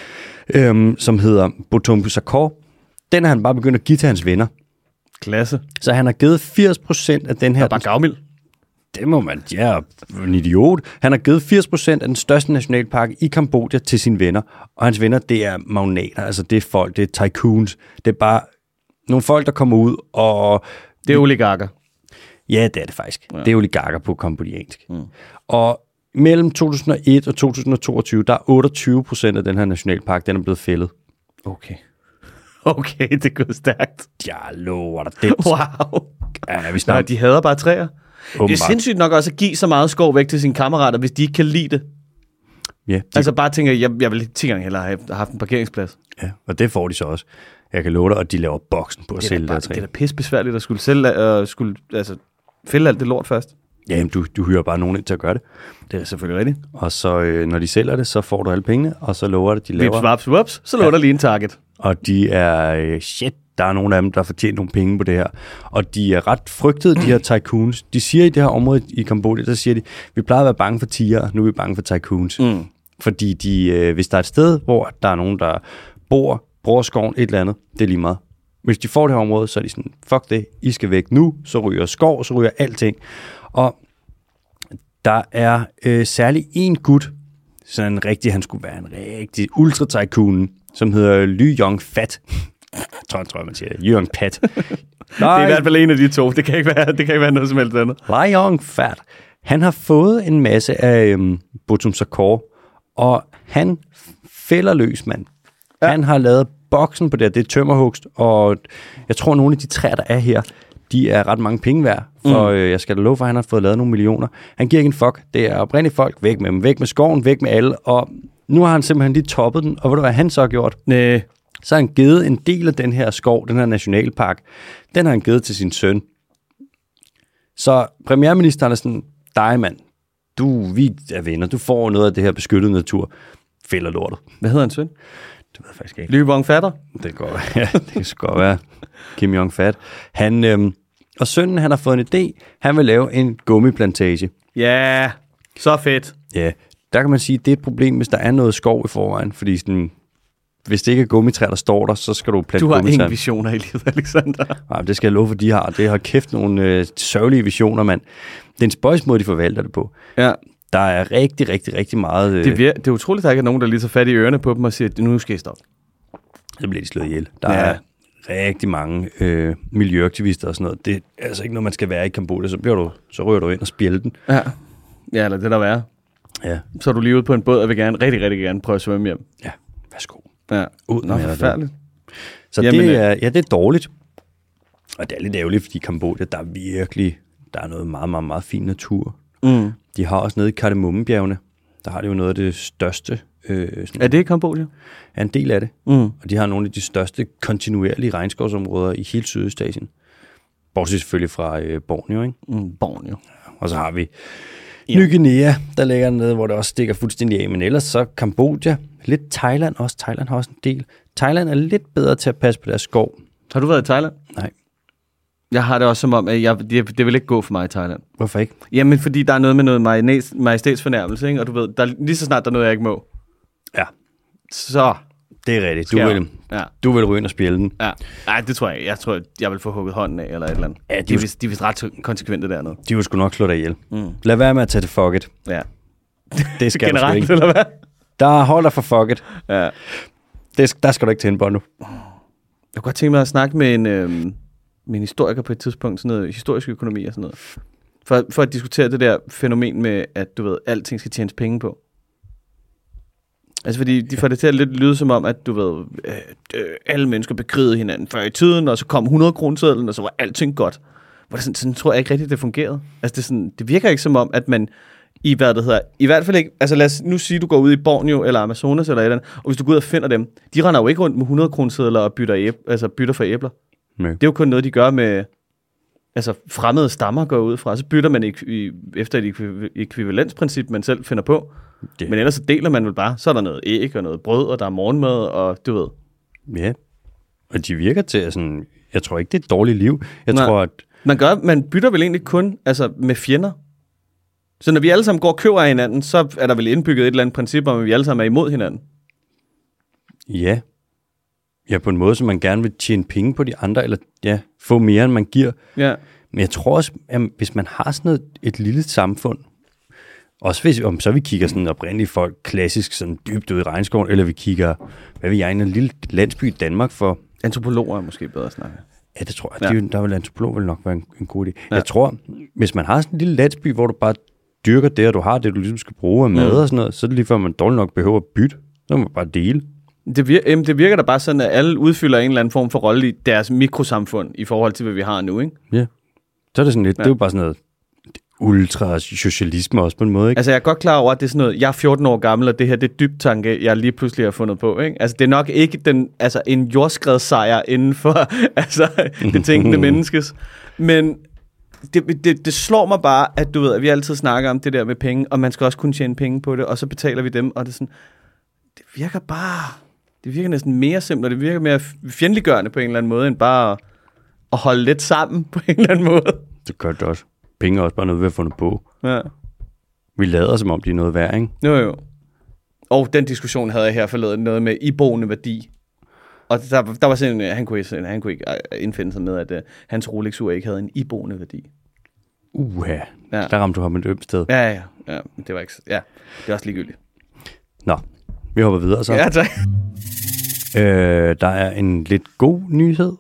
øhm, som hedder Botum Sakor. Den har han bare begyndt at give til hans venner. Klasse. Så han har givet firs procent af den her... Det er bare gavmild. Det må man... Ja, en idiot. Han har givet firs procent af den største nationalpark i Kambodja til sine venner. Og hans venner, det er magnater. Altså, det er folk, det er tycoons. Det er bare nogle folk, der kommer ud og... Det er oligarker. Ja, det er det faktisk. Ja. Det er oligarker på kambodjansk. Mm. Og mellem to tusind og et og to tusind og toogtyve, der er otteogtyve procent af den her nationalpark, den er blevet fældet. Okay. Okay, det går stærkt. Jeg lover dig det. Wow. Ja, vi snart... Nej, de hader bare træer. Åbenbart. Det er sindssygt nok også at give så meget skov væk til sine kammerater, hvis de ikke kan lide det. Ja, de... Altså bare tænker, jeg, jeg vil ti gange hellere have haft en parkeringsplads. Ja, og det får de så også. Jeg kan love dig, at de laver boksen på at sælge det der træ. Det er da pisse besværligt at skulle sælge, uh, skulle, altså, fælde alt det lort først. Jamen, du, du hyrer bare nogen ind til at gøre det. Det er selvfølgelig rigtigt. Og så, øh, når de sælger det, så får du alle pengene, og så lover det, de laver... Vips, vaps, vups, så lover ja. der lige en target. Og de er... Øh, shit, der er nogle af dem, der har fortjent nogle penge på det her. Og de er ret frygtede, de her tycoons. De siger i det her område i Kambodja, der siger de, vi plejer at være bange for tiger, nu er vi bange for tycoons. Mm. Fordi de, øh, hvis der er et sted, hvor der er nogen, der bor, bruger skoven, et eller andet, det er lige meget. Hvis de får det her område, så er de sådan, fuck det, I skal væk nu, så ryger skov, så ryger alting. Og der er øh, særlig en gut, sådan en rigtig, han skulle være en rigtig ultra-tycoon, som hedder Ly Yong Fat. Jeg tror, tror man siger Yong Pat. Det er i hvert fald en af de to. Det kan ikke være, det kan ikke være noget som helst andet. Ly Yong Fat. Han har fået en masse af øhm, Botum Sakor, og han fælder løs, mand. Ja. Han har lavet boksen på det, det er tømmerhugst, og jeg tror, nogle af de træer, der er her, de er ret mange penge værd, for mm. øh, jeg skal da love for, at han har fået lavet nogle millioner. Han giver ikke en fuck. Det er oprindeligt folk. Væk med dem. Væk med skoven. Væk med alle. Og nu har han simpelthen lige toppet den. Og ved du, hvad han så har gjort? Næh. Så har han givet en del af den her skov, den her nationalpark, den har han givet til sin søn. Så premierministeren er sådan, dig mand, du, vi er venner. Du får noget af det her beskyttede natur. Fælder lortet. Hvad hedder hans søn? Det ved jeg faktisk ikke. Ly Yong Fatter? Det går, ja, det skal godt være. Kim Yong Fat. Han, øhm, og sønnen, han har fået en idé. Han vil lave en gummiplantage. Ja, yeah, så fedt. Ja, der kan man sige, at det er et problem, hvis der er noget skov i forvejen. Fordi sådan, hvis det ikke er gummitræer, der står der, så skal du plante gummitræer. Du har gummitræer. ingen visioner i livet, Alexander. Nej, det skal jeg love for, de har. Det har kæft nogle øh, sørgelige visioner, mand. Det er en spøjsmåde, de forvalter det på. Ja. Der er rigtig, rigtig, rigtig meget... Øh, det, vir- det er utroligt, at der ikke er nogen, der lige tager fat i ørerne på dem og siger, at nu skal I stoppe. Så bliver de slået ihjel. Der ja. er rigtig mange øh, miljøaktivister og sådan noget. Det er altså ikke noget, man skal være i Kambodja. Så, bliver du, så rører du ind og spjælder den. Ja, ja eller det der være. Ja. Så er du lige ude på en båd, og vil gerne, rigtig, rigtig gerne prøve at svømme hjem. Ja, værsgo. Ja, ud Nå, forfærdeligt. Så Jamen, det er, ja, det er dårligt. Og det er lidt ærgerligt, fordi Kambodja, der er virkelig, der er noget meget, meget, meget fin natur. Mm. De har også nede i Kardemommebjergene, der har de jo noget af det største. Øh, sådan, er det i Kambodja? Er en del af det. Mm. Og de har nogle af de største kontinuerlige regnskovsområder i hele Sydøstasien. Bortset selvfølgelig fra øh, Borneo, ikke? Mm, Borneo. Og så har vi ja. Ny Guinea, der ligger nede, hvor det også stikker fuldstændig af. Men ellers så Kambodja, lidt Thailand også. Thailand har også en del. Thailand er lidt bedre til at passe på deres skov. Har du været i Thailand? Nej. Jeg har det også som om, at jeg, det, det vil ikke gå for mig i Thailand. Hvorfor ikke? Jamen, fordi der er noget med noget majestætsfornærmelse, ikke? Og du ved, der, lige så snart der er noget, jeg ikke må. Ja. Så. Det er rigtigt. Du vil, ja. du vil ryge ind og spjælde den. Ja. Nej, det tror jeg ikke. Jeg tror, jeg vil få hugget hånden af, eller et eller andet. Ja, de, de, er vist, de er vist ret konsekvente dernede. De vil sgu nok slå dig ihjel. Mm. Lad være med at tage det fuck it. Ja. Det skal generelt, du sgu ikke. Eller hvad? Der holder for fuck it. Ja. Det, der skal du ikke tænde på nu. Jeg kunne godt tænke mig at snakke med en, øhm, med en historiker på et tidspunkt, sådan noget historisk økonomi og sådan noget. For, for at diskutere det der fænomen med, at du ved, alting skal tjenes penge på. Altså fordi de får det til at lidt lyde som om, at du ved, øh, øh, alle mennesker bekrigede hinanden før i tiden, og så kom hundrede kronesedlen, og så var alting godt. hvor det sådan, sådan tror jeg ikke rigtigt, det fungerede. Altså, det, sådan, det virker ikke som om, at man i, hvad det hedder, i hvert fald ikke, altså lad os nu sige, du går ud i Borneo eller Amazonas eller et eller andet, og hvis du går ud og finder dem, de render jo ikke rundt med hundrede kronesedler og bytter, æb, altså bytter for æbler. Nej. Det er jo kun noget, de gør med, altså fremmede stammer går ud fra, så bytter man ikke i, efter et ekvivalensprincip, man selv finder på. Det. Men ellers så deler man vel bare, så er der noget æg og noget brød, og der er morgenmad, og du ved. Ja, og de virker til sådan, jeg tror ikke, det er et dårligt liv. Jeg Nej. tror, at... Man, gør, man bytter vel egentlig kun altså med fjender. Så når vi alle sammen går og køber af hinanden, så er der vel indbygget et eller andet princip om, at vi alle sammen er imod hinanden. Ja. Ja, på en måde, så man gerne vil tjene penge på de andre, eller ja, få mere, end man giver. Ja. Men jeg tror også, at hvis man har sådan noget, et lille samfund, også hvis om så vi kigger sådan oprindelige folk, klassisk sådan dybt ud i regnskoven, eller vi kigger, hvad vil jeg, en lille landsby i Danmark for... Antropologer er måske bedre at snakke. Ja, det tror jeg. Ja. Der vil antropolog vil nok være en, en god idé. Ja. Jeg tror, hvis man har sådan en lille landsby, hvor du bare dyrker det, og du har det, du ligesom skal bruge af mad mm. og sådan noget, så er det lige før, man dårligt nok behøver at bytte. Så må man bare dele. Det virker, det virker da bare sådan, at alle udfylder en eller anden form for rolle i deres mikrosamfund, i forhold til, hvad vi har nu, ikke? Ja. Så er det sådan lidt, ja. Det er jo bare sådan noget ultrasocialisme også på en måde, ikke? Altså, jeg er godt klar over, at det er sådan noget, jeg er fjorten år gammel, og det her, det er dybt tanke, jeg lige pludselig har fundet på, ikke? Altså, det er nok ikke den, altså, en jordskredssejr inden for, altså, det tænkende menneskes. Men det, det, det slår mig bare, at du ved, at vi altid snakker om det der med penge, og man skal også kunne tjene penge på det, og så betaler vi dem, og det er sådan, det virker bare, det virker næsten mere simpelt, og det virker mere fjendtliggørende på en eller anden måde, end bare at holde lidt sammen på en eller anden måde. Det gør det også. Penge er også bare noget, vi har fundet på. Ja. Vi lader, som om de er noget værd, ikke? Jo, jo. Og den diskussion havde jeg her forleden, noget med iboende værdi. Og der, der var sådan, han kunne, han kunne ikke indfinde sig med, at uh, hans Rolex-ur ikke havde en iboende værdi. Uha, ja. Der ramte du ham et ømt sted. Ja, ja, ja. Det var ikke, ja, det er også ligegyldigt. Nå, vi hopper videre så. Ja, tak. Øh, der er en lidt god nyhed.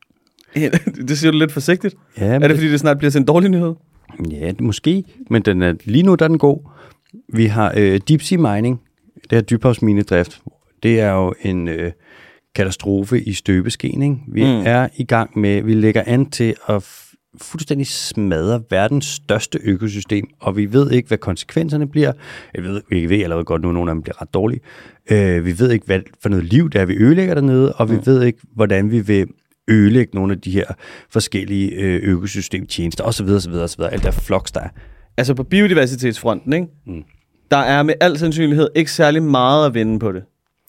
Det siger du lidt forsigtigt. Ja, er det, fordi det snart bliver til en dårlig nyhed? Ja, det måske, men den er, lige nu der er den god. Vi har øh, deep sea mining, det her dybhavsminedrift. Det er jo en øh, katastrofe i støbeskeen, ikke? Vi mm. er i gang med, vi lægger an til at f- fuldstændig smadre verdens største økosystem, og vi ved ikke, hvad konsekvenserne bliver. Jeg ved, vi ved allerede godt nu, at nogle af dem bliver ret dårlige. Øh, vi ved ikke, hvad for noget liv det er, vi ødelægger dernede, og vi mm. ved ikke, hvordan vi vil ødelægge nogle af de her forskellige øh, økosystemtjenester, osv., osv., osv., alt der floks, der er. Altså på biodiversitetsfronten, ikke? Mm. Der er med al sandsynlighed ikke særlig meget at vinde på det.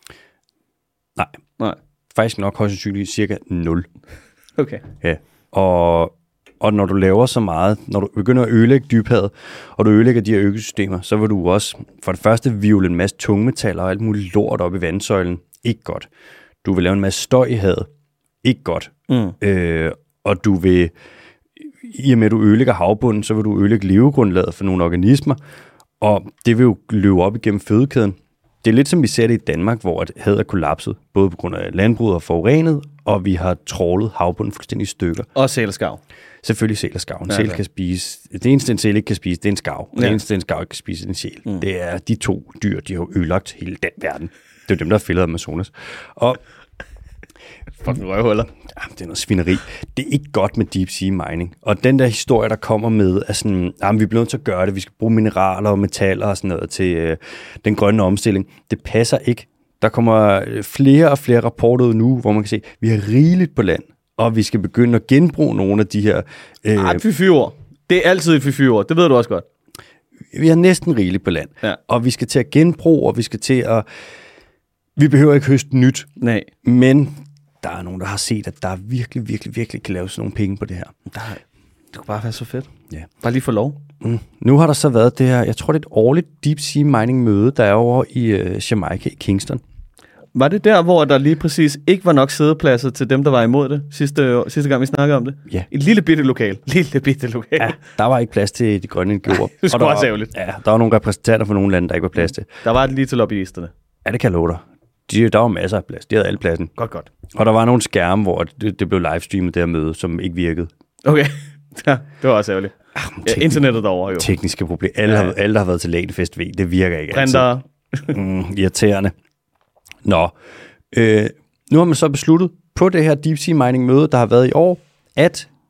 Nej. Nej. Faktisk nok højst sandsynligt cirka nul. Okay. Ja. Og, og når du laver så meget, når du begynder at ødelægge dybhavet, og du ødelægger de her økosystemer, så vil du også for det første hvirvle en masse tungmetaller og alt muligt lort op i vandsøjlen. Ikke godt. Du vil lave en masse støj i havet. Ikke godt. Mm. Øh, og du vil, i og med at du ødelægger havbunden, så vil du ødelægge levegrundlaget for nogle organismer, og det vil jo løbe op igennem fødekæden. Det er lidt som vi ser det i Danmark, hvor havet er kollapset, både på grund af landbruget og forurenet, og vi har trålet havbunden fuldstændig i stykker. Og sæl og skarv. Selvfølgelig sæl og skarv. En ja, sæl kan spise, det eneste en sæl ikke kan spise, det er en skarv. Ja. Det eneste en skarv ikke kan spise, det er en sæl. Mm. Det er de to dyr, de har ødelagt hele den verden. Det er dem, der har fældet Amazonas. Og fucking røvhuller. Ja, det er noget svineri. Det er ikke godt med deep sea mining. Og den der historie, der kommer med, er sådan, jamen, vi bliver nødt til at gøre det, vi skal bruge mineraler og metaller og sådan noget til øh, den grønne omstilling. Det passer ikke. Der kommer flere og flere rapporter ud nu, hvor man kan se, at vi har rigeligt på land, og vi skal begynde at genbruge nogle af de her... Øh, Ej, fy-fy-ord. Det er altid et fy-fy-ord. Det ved du også godt. Vi har næsten rigeligt på land. Ja. Og vi skal til at genbruge, og vi skal til at... Vi behøver ikke høste nyt. Nej. Men der er nogen, der har set, at der virkelig, virkelig, virkelig kan lave sådan nogle penge på det her. Der, det kunne bare være så fedt. Ja. Bare lige få lov. Mm. Nu har der så været det her, jeg tror det er et årligt deep sea mining møde, der er over i uh, Jamaica i Kingston. Var det der, hvor der lige præcis ikke var nok sædepladser til dem, der var imod det, sidste, sidste gang vi snakkede om det? Ja. Et lille bitte lokal. Lille bitte lokal. Ja, der var ikke plads til de grønne N G O'er. Det skulle også ærgerligt. Ja, der var nogle repræsentanter fra nogle lande, der ikke var plads til. Der var det lige til lobbyisterne. Ja, det kan jeg love dig. De, der var masser af plads. De havde alle pladsen. Godt, godt. Og der var nogle skærme, hvor det, det blev livestreamet, det her møde, som ikke virkede. Okay, ja, det var også ærgerligt. Ah, ja, internettet derovre jo. Tekniske problemer. Alle, ja. har, alle, der har været til Lagenfest, ved, det virker ikke altid. Printer. mm, irriterende. Nå, øh, nu har man så besluttet på det her deep sea mining møde, der har været i år, at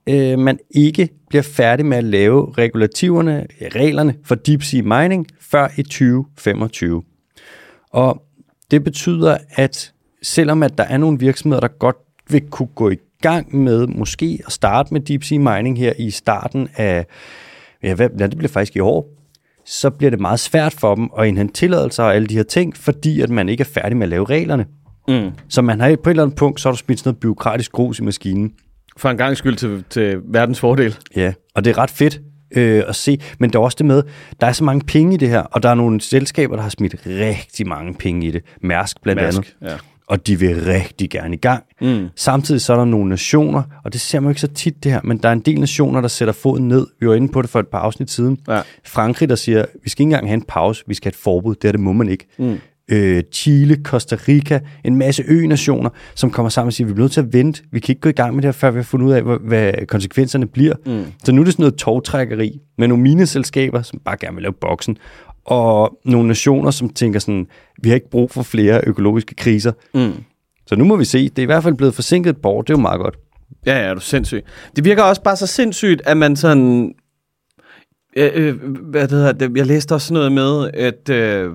øh, man ikke bliver færdig med at lave regulativerne, reglerne for deep sea mining før i tyve femogtyve. Og det betyder, at selvom at der er nogle virksomheder, der godt vil kunne gå i gang med måske at starte med deep sea mining her i starten af, ja, hvad, ja det bliver faktisk i år, så bliver det meget svært for dem at indhente tilladelser og alle de her ting, fordi at man ikke er færdig med at lave reglerne. Mm. Så man har på et eller andet punkt, så har du spildt noget byråkratisk grus i maskinen. For en gang skyld til, til verdens fordel. Ja, og det er ret fedt øh, at se, men der er også det med, der er så mange penge i det her, og der er nogle selskaber, der har smidt rigtig mange penge i det. Mærsk blandt Mærsk, andet. Ja. Og de vil rigtig gerne i gang. Mm. Samtidig så er der nogle nationer, og det ser man jo ikke så tit det her, men der er en del nationer, der sætter foden ned. Vi var inde på det for et par afsnit siden. Ja. Frankrig, der siger, vi skal ikke engang have en pause, vi skal have et forbud. Det er det må man ikke. Mm. Øh, Chile, Costa Rica, en masse ø-nationer, som kommer sammen og siger, vi bliver nødt til at vente. Vi kan ikke gå i gang med det her, før vi har fundet ud af, hvad, hvad konsekvenserne bliver. Mm. Så nu er det sådan noget togtrækkeri med nogle mineselskaber, som bare gerne vil lave boksen, og nogle nationer, som tænker sådan, vi har ikke brug for flere økologiske kriser. Mm. Så nu må vi se. Det er i hvert fald blevet forsinket et par år. Det er jo meget godt. Ja, ja, er du sindssygt. Det virker også bare så sindssygt, at man sådan... Øh, øh, hvad det hedder det? Jeg læste også noget med, at... Øh,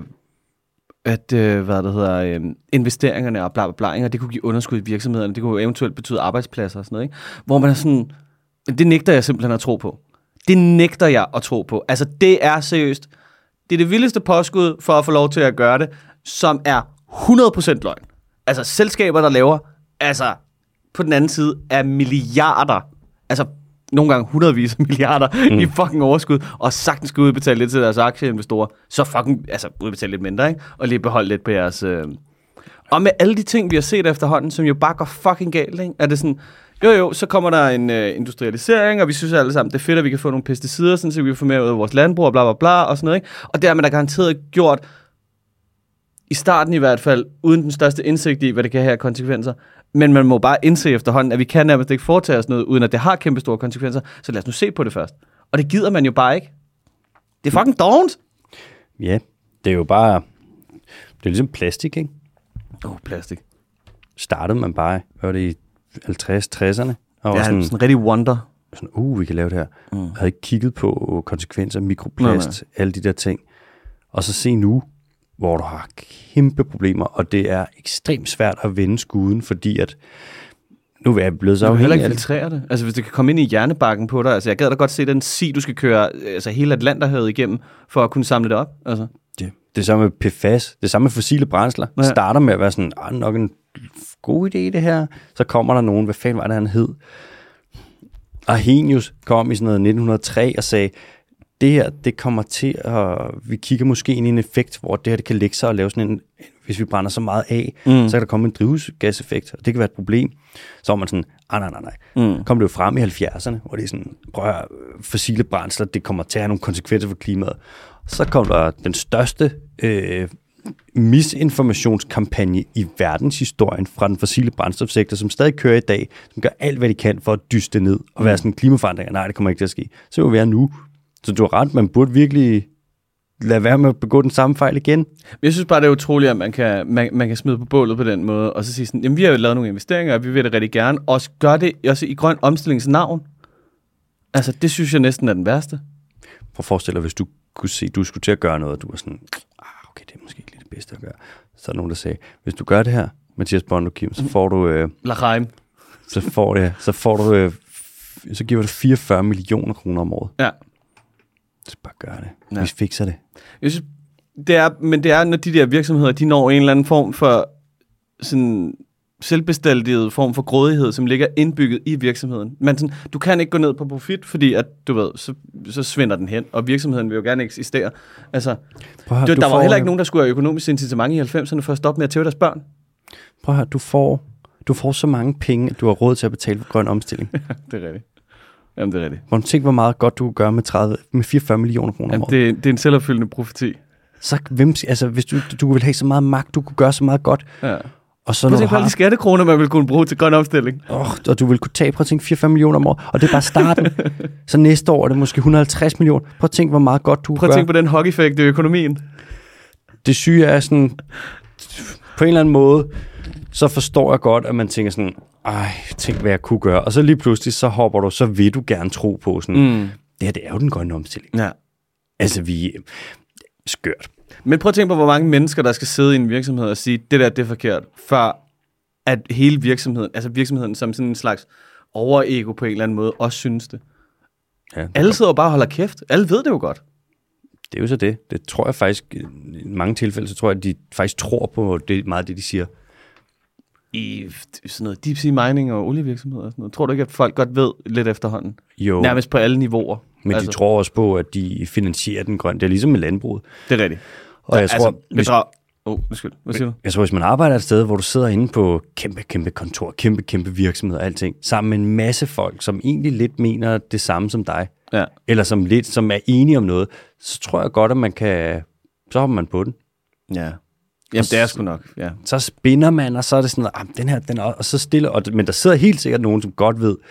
at, øh, hvad det hedder, øh, investeringerne og bla bla bla, det kunne give underskud i virksomhederne, det kunne eventuelt betyde arbejdspladser og sådan noget, ikke? Hvor man er sådan, det nægter jeg simpelthen at tro på. Det nægter jeg at tro på. Altså, det er seriøst, det er det vildeste påskud for at få lov til at gøre det, som er hundrede procent løgn. Altså, selskaber, der laver, altså, på den anden side, er milliarder, altså, nogle gange hundredvis af milliarder mm. i fucking overskud, og sagtens skal udbetale lidt til deres aktieinvestorer, så fucking, altså udbetale lidt mindre, ikke? Og lige beholde lidt på jeres... Øh... Og med alle de ting, vi har set efterhånden, som jo bare går fucking galt, ikke? Er det sådan, jo jo, så kommer der en øh, industrialisering, og vi synes alle sammen, det er fedt, at vi kan få nogle pesticider, sådan, så vi kan få mere ud af vores landbrug, og bla bla bla, og sådan noget, ikke? Og det har man da garanteret gjort, i starten i hvert fald, uden den største indsigt i, hvad det kan have konsekvenser. Men man må bare indse efterhånden, at vi kan nærmest ikke foretage os noget, uden at det har kæmpe store konsekvenser. Så lad os nu se på det først. Og det gider man jo bare ikke. Det er fucking dårligt. Ja, det er jo bare... Det er ligesom plastik, ikke? Åh, oh, plastik. Startede man bare, var det i halvtreds tresserne? Og ja, sådan, sådan en rigtig wonder. Sådan, uh, vi kan lave det her. Mm. Jeg havde ikke kigget på konsekvenser, mikroplast, nej, nej. alle de der ting. Og så se nu, hvor du har kæmpe problemer, og det er ekstremt svært at vende skuden, fordi at nu er jeg blevet så afhængig. Du kan heller ikke filtrere det. Altså hvis det kan komme ind i hjernebakken på dig, altså jeg gad da godt se den si, du skal køre altså hele Atlanterhavet igennem, for at kunne samle det op. Altså. Det, det samme med P F A S, det samme med fossile brændsler. Det ja. starter med at være sådan, ah, nok en god idé det her. Så kommer der nogen, hvad fanden var det han hed? Arrhenius kom i sådan noget nitten hundrede og tre og sagde, det her, det kommer til at, vi kigger måske ind i en effekt, hvor det her det kan lægge sig og lave sådan en, hvis vi brænder så meget af, mm. så kan der komme en drivhusgaseffekt, og det kan være et problem. Så var man sådan, ah, nej, nej, nej. Mm. Kom det jo frem i halvfjerdserne, hvor det er sådan, prøv at høre, fossile brændsler, det kommer til at have nogle konsekvenser for klimaet. Så kom der den største øh, misinformationskampagne i verdenshistorien fra den fossile brændstofsektor, som stadig kører i dag, som gør alt, hvad de kan for at dyste ned og være sådan klimaforandringer. Nej, det kommer ikke til at ske. Så vil vi være nu. Så du har ret, man burde virkelig lade være med at begå den samme fejl igen. Jeg synes bare, det er utroligt, at man kan, man, man kan smide på bålet på den måde, og så sige sådan, jamen vi har jo lavet nogle investeringer, og vi vil det rigtig gerne, og gør det også i grøn omstillingsnavn. Altså, det synes jeg næsten er den værste. Prøv at forestille dig, hvis du kunne se, du skulle til at gøre noget, og du var sådan, ah, okay, det er måske ikke lige det bedste at gøre. Så er der nogen, der sagde, hvis du gør det her, Mathias Bondo Kim, så får du... Øh, Lachaim. Så får det, så får du... Øh, så giver du fireogfyrre millioner kroner om året. Ja. Så bare gør det. Ja. Vi fikser det. Jeg synes, det er, men det er, når de der virksomheder, de når en eller anden form for sådan selvbestaltet form for grådighed, som ligger indbygget i virksomheden. Men sådan, du kan ikke gå ned på profit, fordi at, du ved, så, så svinder den hen, og virksomheden vil jo gerne eksistere. Altså, høre, du, der var får, heller ikke nogen, der skulle have økonomisk incitament i halvfemserne for at stoppe med at tæve deres børn. Prøv at høre, du får, du får så mange penge, at du har råd til at betale for grøn omstilling. Det er rigtigt. Jamen, det er rigtigt. Hvor du tænker, hvor meget godt du kan gøre med, tredive, med fireogfyrre millioner kroner om året. Det, det er en selvopfyldende profeti. Så hvem, altså, hvis du, du vil have så meget magt, du kunne gøre så meget godt. Ja. Og så prøv at tænke på alle de skattekroner, man vil kunne bruge til grøn omstilling. Oh, og du vil kunne tage, prøv at tænke, fireogfyrre millioner om året. Og det er bare starten. Så næste år er det måske et hundrede og halvtreds millioner. Prøv at tænke, hvor meget godt du kan gøre. Prøv at tænke på den hockeyeffekt i økonomien. Det syge er sådan, på en eller anden måde, så forstår jeg godt, at man tænker sådan, ej, tænk hvad jeg kunne gøre. Og så lige pludselig, så hopper du, så vil du gerne tro på sådan, mm. det her, det er jo den grønne omstilling. Ja. Altså, vi er skørt. Men prøv at tænke på, hvor mange mennesker, der skal sidde i en virksomhed og sige, det der, det er forkert, før at hele virksomheden, altså virksomheden som sådan en slags overego på en eller anden måde, også synes det. Ja, det Alle sidder jo bare og holder kæft. Alle ved det jo godt. Det er jo så det. Det tror jeg faktisk, i mange tilfælde, så tror jeg, at de faktisk tror på det, meget det, de siger. I sådan noget deep sea mining og olievirksomheder og sådan noget. Tror du ikke, at folk godt ved lidt efterhånden? Jo. Nærmest på alle niveauer. Men altså, de tror også på, at de finansierer den grønne. Det er ligesom med landbruget. Det er rigtigt. Og jeg altså, tror, hvis, bedrag... oh, undskyld. Hvad siger du? Jeg tror, hvis man arbejder et sted, hvor du sidder inde på kæmpe, kæmpe kontor, kæmpe, kæmpe virksomheder og alting, sammen med en masse folk, som egentlig lidt mener det samme som dig, ja. eller som lidt, som er enige om noget, så tror jeg godt, at man kan, så hopper man på den. Ja. Jamen, det er sgu nok, ja. Så spinder man, og så er det sådan, at den her, den er, og så stille, og, men der sidder helt sikkert nogen, som godt ved,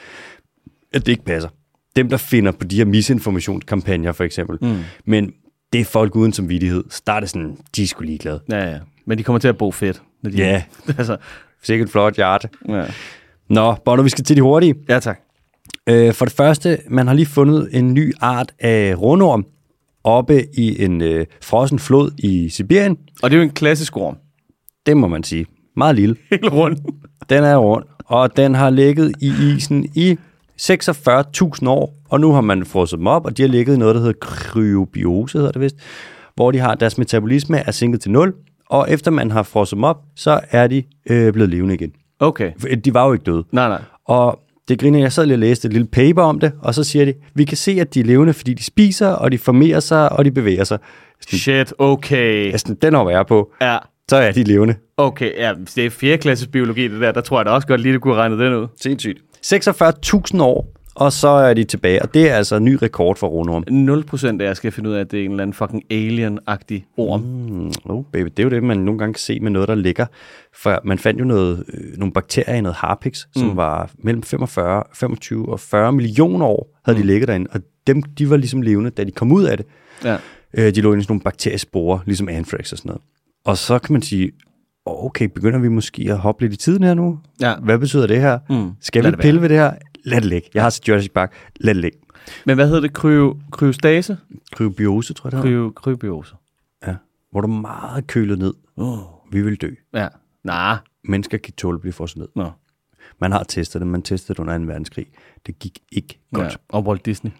at det ikke passer. Dem, der finder på de her misinformationskampagner, for eksempel. Mm. Men det er folk uden samvittighed. Så der er det sådan, de er sgu ligeglade. Ja, ja. Men de kommer til at bo fedt. Når de ja, altså. Sikkert flot hjerte. Ja. Nå, Bono, vi skal til de hurtige. Ja, tak. Øh, for det første, man har lige fundet en ny art af rundorm oppe i en øh, frossen flod i Sibirien. Og det er jo en klassisk orm. Det må man sige. Meget lille. Helt rund. Den er rund, og den har ligget i isen i seksogfyrre tusind år, og nu har man frosset dem op, og de har ligget i noget, der hedder kryobiose, hedder det vist, hvor de har deres metabolisme er sænket til nul, og efter man har frosset dem op, så er de øh, blevet levende igen. Okay. De var jo ikke døde. Nej, nej. Og det griner, jeg sad lige og læste et lille paper om det, og så siger de, vi kan se, at de er levende, fordi de spiser, og de formerer sig, og de bevæger sig. Sådan, shit, okay. Sådan, den hopper jeg på. Ja. Så er de levende. Okay, ja, det er fjerde klasses biologi, det der. Der tror jeg da også godt lige, du kunne regne den ud. Sindssygt. seksogfyrre tusind år, og så er de tilbage, og det er altså en ny rekord for rundorm. nul procent af jer skal finde ud af, at det er en eller anden fucking alien-agtig orm. Mm, oh baby, det er jo det, man nogle gange kan se med noget, der ligger. For man fandt jo noget, øh, nogle bakterier i noget harpiks, som mm. var mellem femogfyrre, femogtyve og fyrre millioner år, havde mm. de ligget derinde. Og dem, de var ligesom levende, da de kom ud af det. Ja. Øh, de lå i sådan nogle bakteriesporer, ligesom anthrax og sådan noget. Og så kan man sige, okay, begynder vi måske at hoppe lidt i tiden her nu? Ja. Hvad betyder det her? Mm. Skal vi pille ved det her? Lad det ligge. Jeg har set Jurassic Park. Lad det ligge. Men hvad hedder det? Kryo, kryostase? Kryobiose, tror jeg det Kryo, Kryobiose. Ja. Hvor du meget kølet ned. Oh. Vi vil dø. Ja. Nej. Mennesker kan tåle at blive frosset ned. Nå. Man har testet det. Man testede det under anden verdenskrig. Det gik ikke godt. Ja. Og Walt Disney.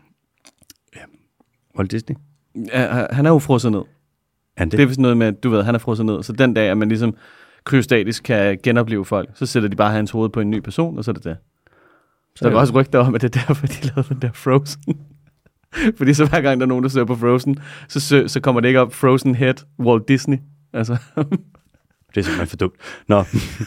Ja. Walt Disney? Ja, han er jo frosset ned. Er det? Det er vist noget med, at du ved, han er frosset ned. Så den dag, at man ligesom kryostatisk kan genopleve folk, så sætter de bare hans hoved på en ny person, og så er det det. Så der er også rygter om, at det er derfor, de lavede den der Frozen. Fordi så hver gang der er nogen, der søger på Frozen, så, sø- så kommer det ikke op Frozen Head Walt Disney. Altså. Det er simpelthen for dumt. Nå.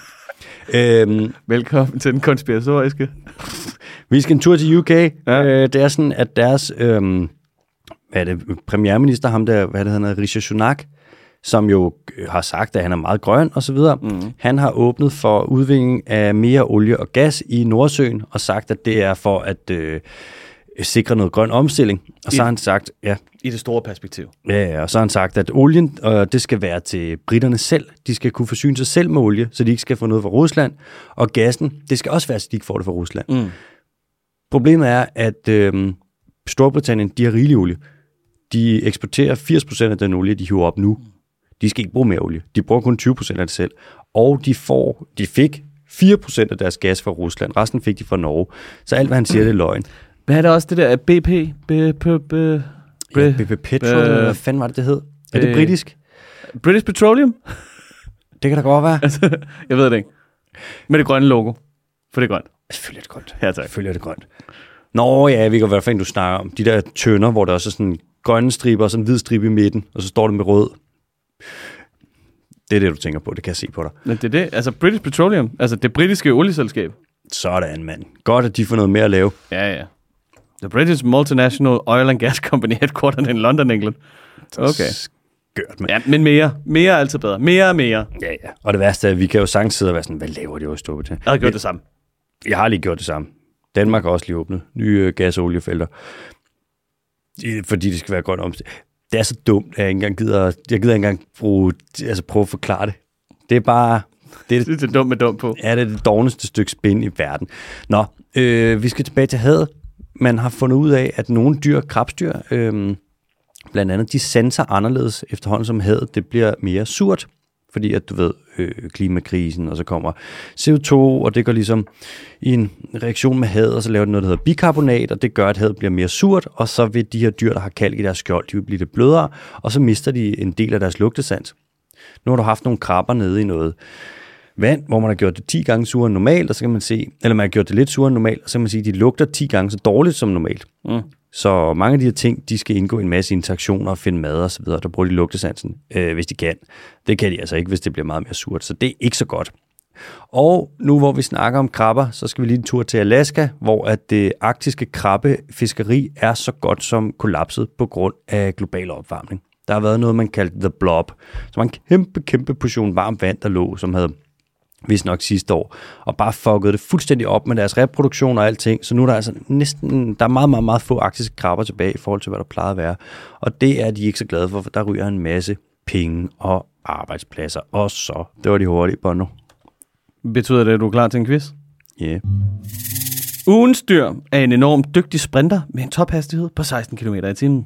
øhm, Velkommen til den konspiratoriske. Vi skal en tur til U K. Ja. Ja. Øh, det er sådan, at deres øhm, hvad er det, premierminister, ham der, hvad det hedder, Rishi Sunak, som jo har sagt, at han er meget grøn og så videre. Mm. Han har åbnet for udvinding af mere olie og gas i Nordsøen, og sagt, at det er for at øh, sikre noget grøn omstilling. Og I, så har han sagt, ja. I det store perspektiv. Ja, og så har han sagt, at olien, øh, det skal være til britterne selv. De skal kunne forsyne sig selv med olie, så de ikke skal få noget fra Rusland. Og gassen, det skal også være, så de ikke får det fra Rusland. Mm. Problemet er, at øh, Storbritannien, de har rigelig olie. De eksporterer firs procent af den olie, de hiver op nu. De skal ikke bruge mere olie. De bruger kun tyve procent af det selv. Og de, får, de fik fire procent af deres gas fra Rusland. Resten fik de fra Norge. Så alt, hvad han siger, det er løgn. Hvad er det også, det der B P? B P B Ja, B P Petrol, hvad fanden var det, det hed? Er det britisk? British Petroleum? Det kan da godt være. Altså, jeg ved det ikke. Med det grønne logo. For det er grønt. Selvfølgelig er det grønt. Ja, tak. Selvfølgelig er det grønt. Nå ja, jeg ved godt, hvad fanden du snakker om. De der tønder, hvor der også er sådan grønne striber og sådan en hvid stribe i midten, og så står det med rød. Det er det, du tænker på. Det kan jeg se på dig. Men det er det. Altså British Petroleum. Altså det britiske olieselskab. Sådan, mand. Godt, at de får noget mere at lave. Ja, ja. The British Multinational Oil and Gas Company headquartered in London, England. Okay. Skørt, mand. Ja, men mere. Mere er altid bedre. Mere og mere. Ja, ja. Og det værste er, at vi kan jo sagtens sidde og være sådan, hvad laver de over i Storbritannien? Jeg har gjort jeg, det samme. Jeg har lige gjort det samme. Danmark har også lige åbnet nye øh, gas- og oliefelter. Fordi det skal være grønt omstilling. Det er så dumt, at jeg ikke engang gider, jeg gider ikke engang bruge, altså prøve at forklare det. Det er bare, Det er det, det dumt med dumt på. Ja, det er det dårligste stykke spin i verden. Nå, øh, vi skal tilbage til havet. Man har fundet ud af, at nogle dyr, krabstyr, øh, blandt andet, de sanser anderledes efterhånden som havet, det bliver mere surt. Fordi at du ved, øh, klimakrisen, og så kommer C O to, og det går ligesom i en reaktion med havet, og så laver det noget, der hedder bikarbonat, og det gør, at havet bliver mere surt, og så vil de her dyr, der har kalk i deres skjold, de vil blive lidt blødere, og så mister de en del af deres lugtesans. Nu har du haft nogle krabber nede i noget vand, hvor man har gjort det ti gange surere end normalt, og så kan man se, eller man har gjort det lidt surere end normalt, og så kan man sige, at de lugter ti gange så dårligt som normalt. Mm. Så mange af de her ting, de skal indgå i en masse interaktioner og finde mad og så videre, der bruger de lugtesansen, øh, hvis de kan. Det kan de altså ikke, hvis det bliver meget mere surt, så det er ikke så godt. Og nu hvor vi snakker om krabber, så skal vi lige en tur til Alaska, hvor at det arktiske krabbefiskeri er så godt som kollapset på grund af global opvarmning. Der har været noget, man kaldte The Blob, som var en kæmpe, kæmpe portion varmt vand, der lå, som havde vist nok sidste år, og bare fuckede det fuldstændig op med deres reproduktion og alting, så nu er der altså næsten, der er meget, meget, meget få arktiske krabber tilbage i forhold til, hvad der plejede at være, og det er de ikke så glade for, for der ryger en masse penge og arbejdspladser, og så, det var de hurtige på nu. Betyder det, at du er klar til en quiz? Ja. Yeah. Ugens dyr er en enormt dygtig sprinter med en tophastighed på seksten kilometer i timen.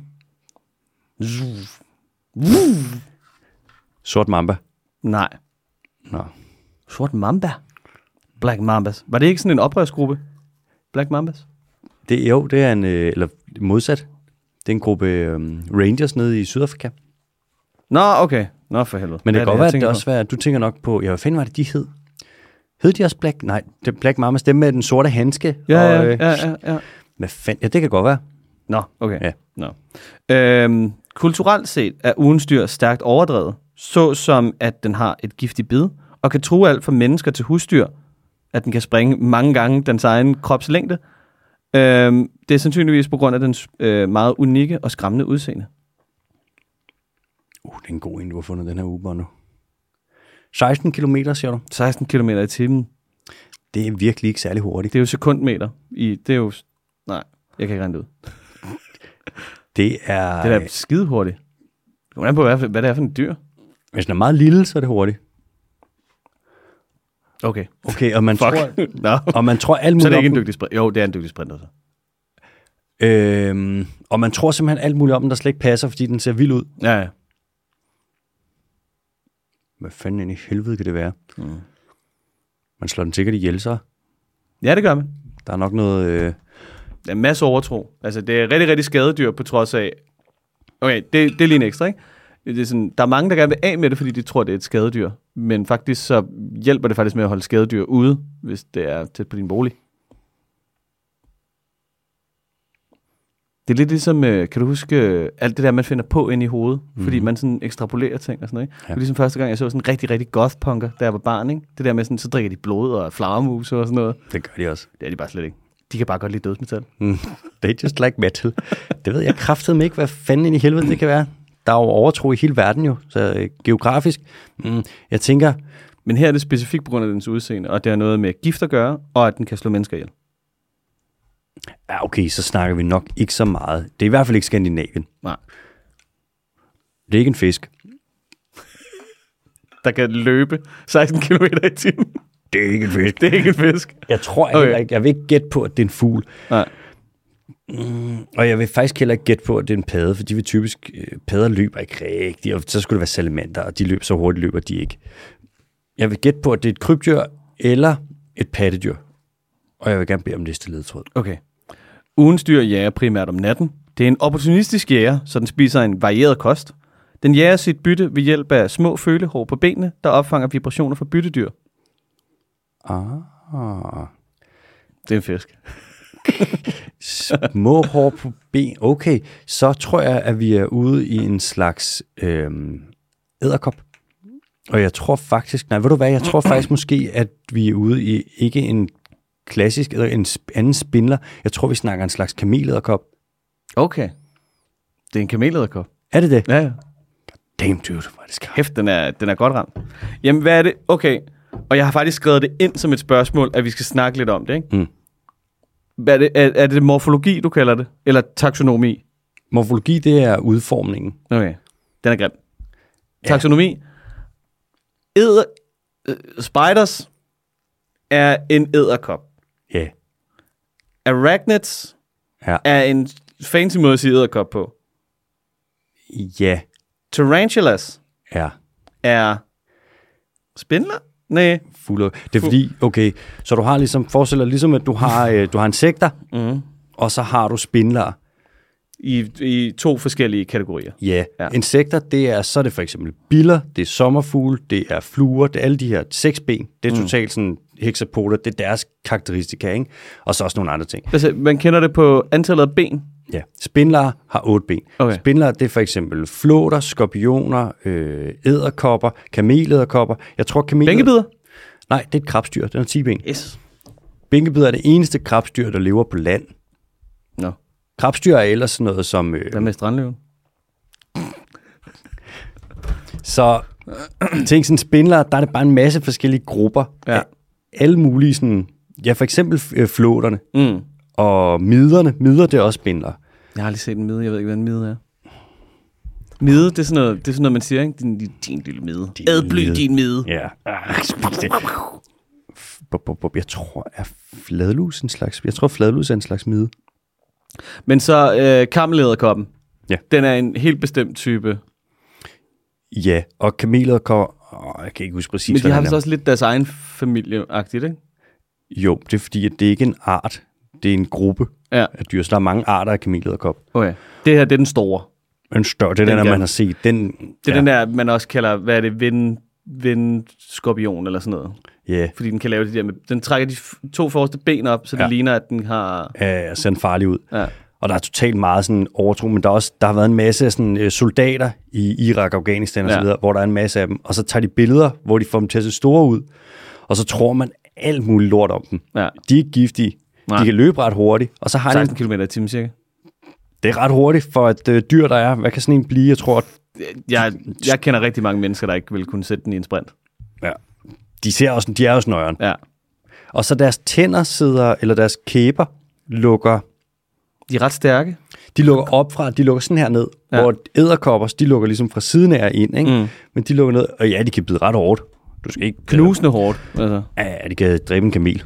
Sort mamba. Nej. Nå. Sort mamba? Black Mambas. Var det ikke sådan en oprørsgruppe? Black Mambas? Det, jo, det er en, eller modsat. Det er en gruppe um, rangers nede i Sydafrika. Nå, okay. Nå, for helvede. Men det kan godt være, at det på. også være, at du tænker nok på, ja, hvad fanden var det, de hed? Hed de også Black? Nej, det Black Mambas, dem med den sorte handske. Ja, og, ja, øh, ja, ja, ja. Hvad fanden? Ja, det kan godt være. Nå, okay. Ja. Nå. Øhm, kulturelt set er ugens dyr stærkt overdrevet, såsom at den har et giftigt bid, og kan true alt fra mennesker til husdyr, at den kan springe mange gange dens egen kropslængde. Øhm, det er sandsynligvis på grund af dens øh, meget unikke og skræmmende udseende. Uh, det er en god en, du har fundet den her uge nu. seksten kilometer, siger du? seksten kilometer i timen. Det er virkelig ikke særlig hurtigt. Det er jo sekundmeter. I, det er jo... Nej, jeg kan ikke regne det ud. Det er... Det er da skide hurtigt. Det kommer an på, hvad, hvad det er for en dyr. Hvis den er meget lille, så er det hurtigt. Okay. Okay, og man Fuck. tror... No. Og man tror alt muligt... Så er det ikke en dygtig sprinter. Jo, det er en dygtig sprinter, så. Øhm, og man tror simpelthen alt muligt om den, der slet ikke passer, fordi den ser vild ud. Ja, ja. Hvad fanden ind i helvede kan det være? Mm. Man slår den sikkert ihjel, så. Ja, det gør man. Der er nok noget... Øh... Der er en masse overtro. Altså, det er rigtig, rigtig skadedyr på trods af... Okay, det, det er lige en ekstra, ikke? Det er sådan, der er mange, der gerne vil af med det, fordi de tror, det er et skadedyr. Men faktisk så hjælper det faktisk med at holde skadedyr ude, hvis det er tæt på din bolig. Det er lidt ligesom, kan du huske, alt det der, man finder på ind i hovedet, mm-hmm. fordi man sådan ekstrapolerer ting og sådan noget. Ikke? Ja. Det var ligesom første gang, jeg så sådan en rigtig, rigtig goth-punker, da jeg var barn. Ikke? Det der med sådan, så drikker de blod og flagermus og sådan noget. Det gør de også. Det er de bare slet ikke. De kan bare godt lide dødsmetal. Mm. They just like metal. Det ved jeg kraftedeme ikke, hvad fanden ind i helvede det kan være. Der er jo overtro i hele verden jo, så øh, geografisk. Mm, jeg tænker... Men her er det specifikt på grund af dens udseende, og det har noget med gift at gøre, og at den kan slå mennesker ihjel. Ja, okay, så snakker vi nok ikke så meget. Det er i hvert fald ikke Skandinavien. Nej. Det er ikke en fisk. Der kan løbe seksten kilometer i timen. Det er ikke en fisk. Det er ikke en fisk. Jeg tror okay. heller ikke, jeg vil ikke gætte på, at det er en fugl. Nej. Mm, og jeg vil faktisk heller ikke gætte på, at det er en padde, for de vil typisk, øh, padder løber ikke rigtigt, og så skulle det være salamander, og de løber så hurtigt, løber de ikke. Jeg vil gætte på, at det er et krybdyr eller et pattedyr, og jeg vil gerne bede om næste ledtråd. Okay. Ugens dyr jager primært om natten. Det er en opportunistisk jæger, så den spiser en varieret kost. Den jager sit bytte ved hjælp af små følehår på benene, der opfanger vibrationer fra byttedyr. Ah. Det er en fisk. Små hår på ben. Okay, så tror jeg, at vi er ude i en slags øhm, edderkop. Og jeg tror faktisk, nej, ved du hvad, jeg tror faktisk måske, at vi er ude i ikke en klassisk, eller en anden spindler. Jeg tror, vi snakker en slags kamelederkop. Okay. Det er en kamelederkop. Er det det? Ja, ja. Damn, dude, hvor er det skarpt. Hæft, den er, den er godt ramt. Jamen, hvad er det? Okay. Og jeg har faktisk skrevet det ind som et spørgsmål, at vi skal snakke lidt om det, ikke? Mm. Hvad er det? Er, er det morfologi, du kalder det? Eller taksonomi? Morfologi, det er udformningen. Okay. Den er grim. Taksonomi. Æder, Uh, spiders er en edderkop. Ja. Yeah. Arachnids Ja. er en fancy måde at sige edderkop på. Ja. Tarantulas Ja. er spindler? Nej. Fugle. Det er fordi, okay, så du har ligesom, forestiller ligesom, at du har, øh, du har insekter, Mm. og så har du spindlere. I, I to forskellige kategorier. Ja. Ja. Insekter, det er, så er det for eksempel biller, det er sommerfugle, det er fluer, det er alle de her seks ben, det er Mm. totalt sådan hexapoder, det er deres karakteristika, ikke? Og så også nogle andre ting. Altså, man kender det på antallet af ben. Ja, spindlere har otte ben. Okay. Spindlere, det er for eksempel flåter, skorpioner, øh, edderkopper, kameledderkopper. Jeg tror kamel. Bænkebider? Nej, det er et krabstyr, den har ti ben. Yes. Bænkebider er det eneste krabstyr, der lever på land. Nå. Krabstyr er ellers sådan noget som... Øh, Hvad med strandløven? så tænk sådan spindlere, der er det bare en masse forskellige grupper. Ja. Af alle mulige sådan... Ja, for eksempel øh, flåterne Mm. og miderne. Mider, det er også spindlere. Jeg har aldrig set en mide. Jeg ved ikke, hvad en mide er. Mide, det er sådan noget, det er sådan noget man siger, ikke? Din, din, din lille mide. Din Adbly mide. din mide. Ja. Ah, spis det. Bup, bup, bup. Jeg tror, er fladlus en slags... Jeg tror, fladlus er en slags mide. Men så øh, kammelæderkoppen. Ja. Den er en helt bestemt type. Ja, og kameler kommer... Jeg kan ikke huske præcis, Men de hvad har han vist er. også lidt deres egen familie-agtigt, ikke? Jo, det er fordi, at det ikke er en art. Det er en gruppe Ja. af dyr. Så der er mange arter af kameledderkop. Okay. Det her, det er den store. En større, det er den, Den der, der- man har set. Den, Det er ja. den der, man også kalder, hvad er det, vind, vindskorpion eller sådan noget. Ja, Fordi den kan lave det der med, den trækker de f- to forreste ben op, så det Ja. ligner, at den har... yeah. ser den farlig ud. Ja. Og der er totalt meget sådan overtro, men der, er også, der har været en masse sådan, øh, soldater i Irak, Afghanistan og så Ja. videre, hvor der er en masse af dem. Og så tager de billeder, hvor de får dem til at se store ud. Og så tror man alt muligt lort om dem. Ja. De er ikke giftige. Nej. De kan løbe ret hurtigt. Og så har de seksten kilometer i timen cirka. det er ret hurtigt for et øh, dyr, der er. Hvad kan sådan en blive? Jeg tror, at Jeg, jeg kender rigtig mange mennesker, der ikke vil kunne sætte den i en sprint. ja, de, ser også, de er også nøjeren. Ja. Og så deres tænder sidder, eller deres kæber, lukker, De er ret stærke. de lukker op fra, de lukker sådan her ned, Ja. ja. Hvor edderkopper, de lukker ligesom fra siden af ind, ikke? Mm. Men de lukker ned, og ja, de kan bide ret hårdt. Du skal ikke Knusende hårdt. Altså. Ja, de kan dræbe en kamel.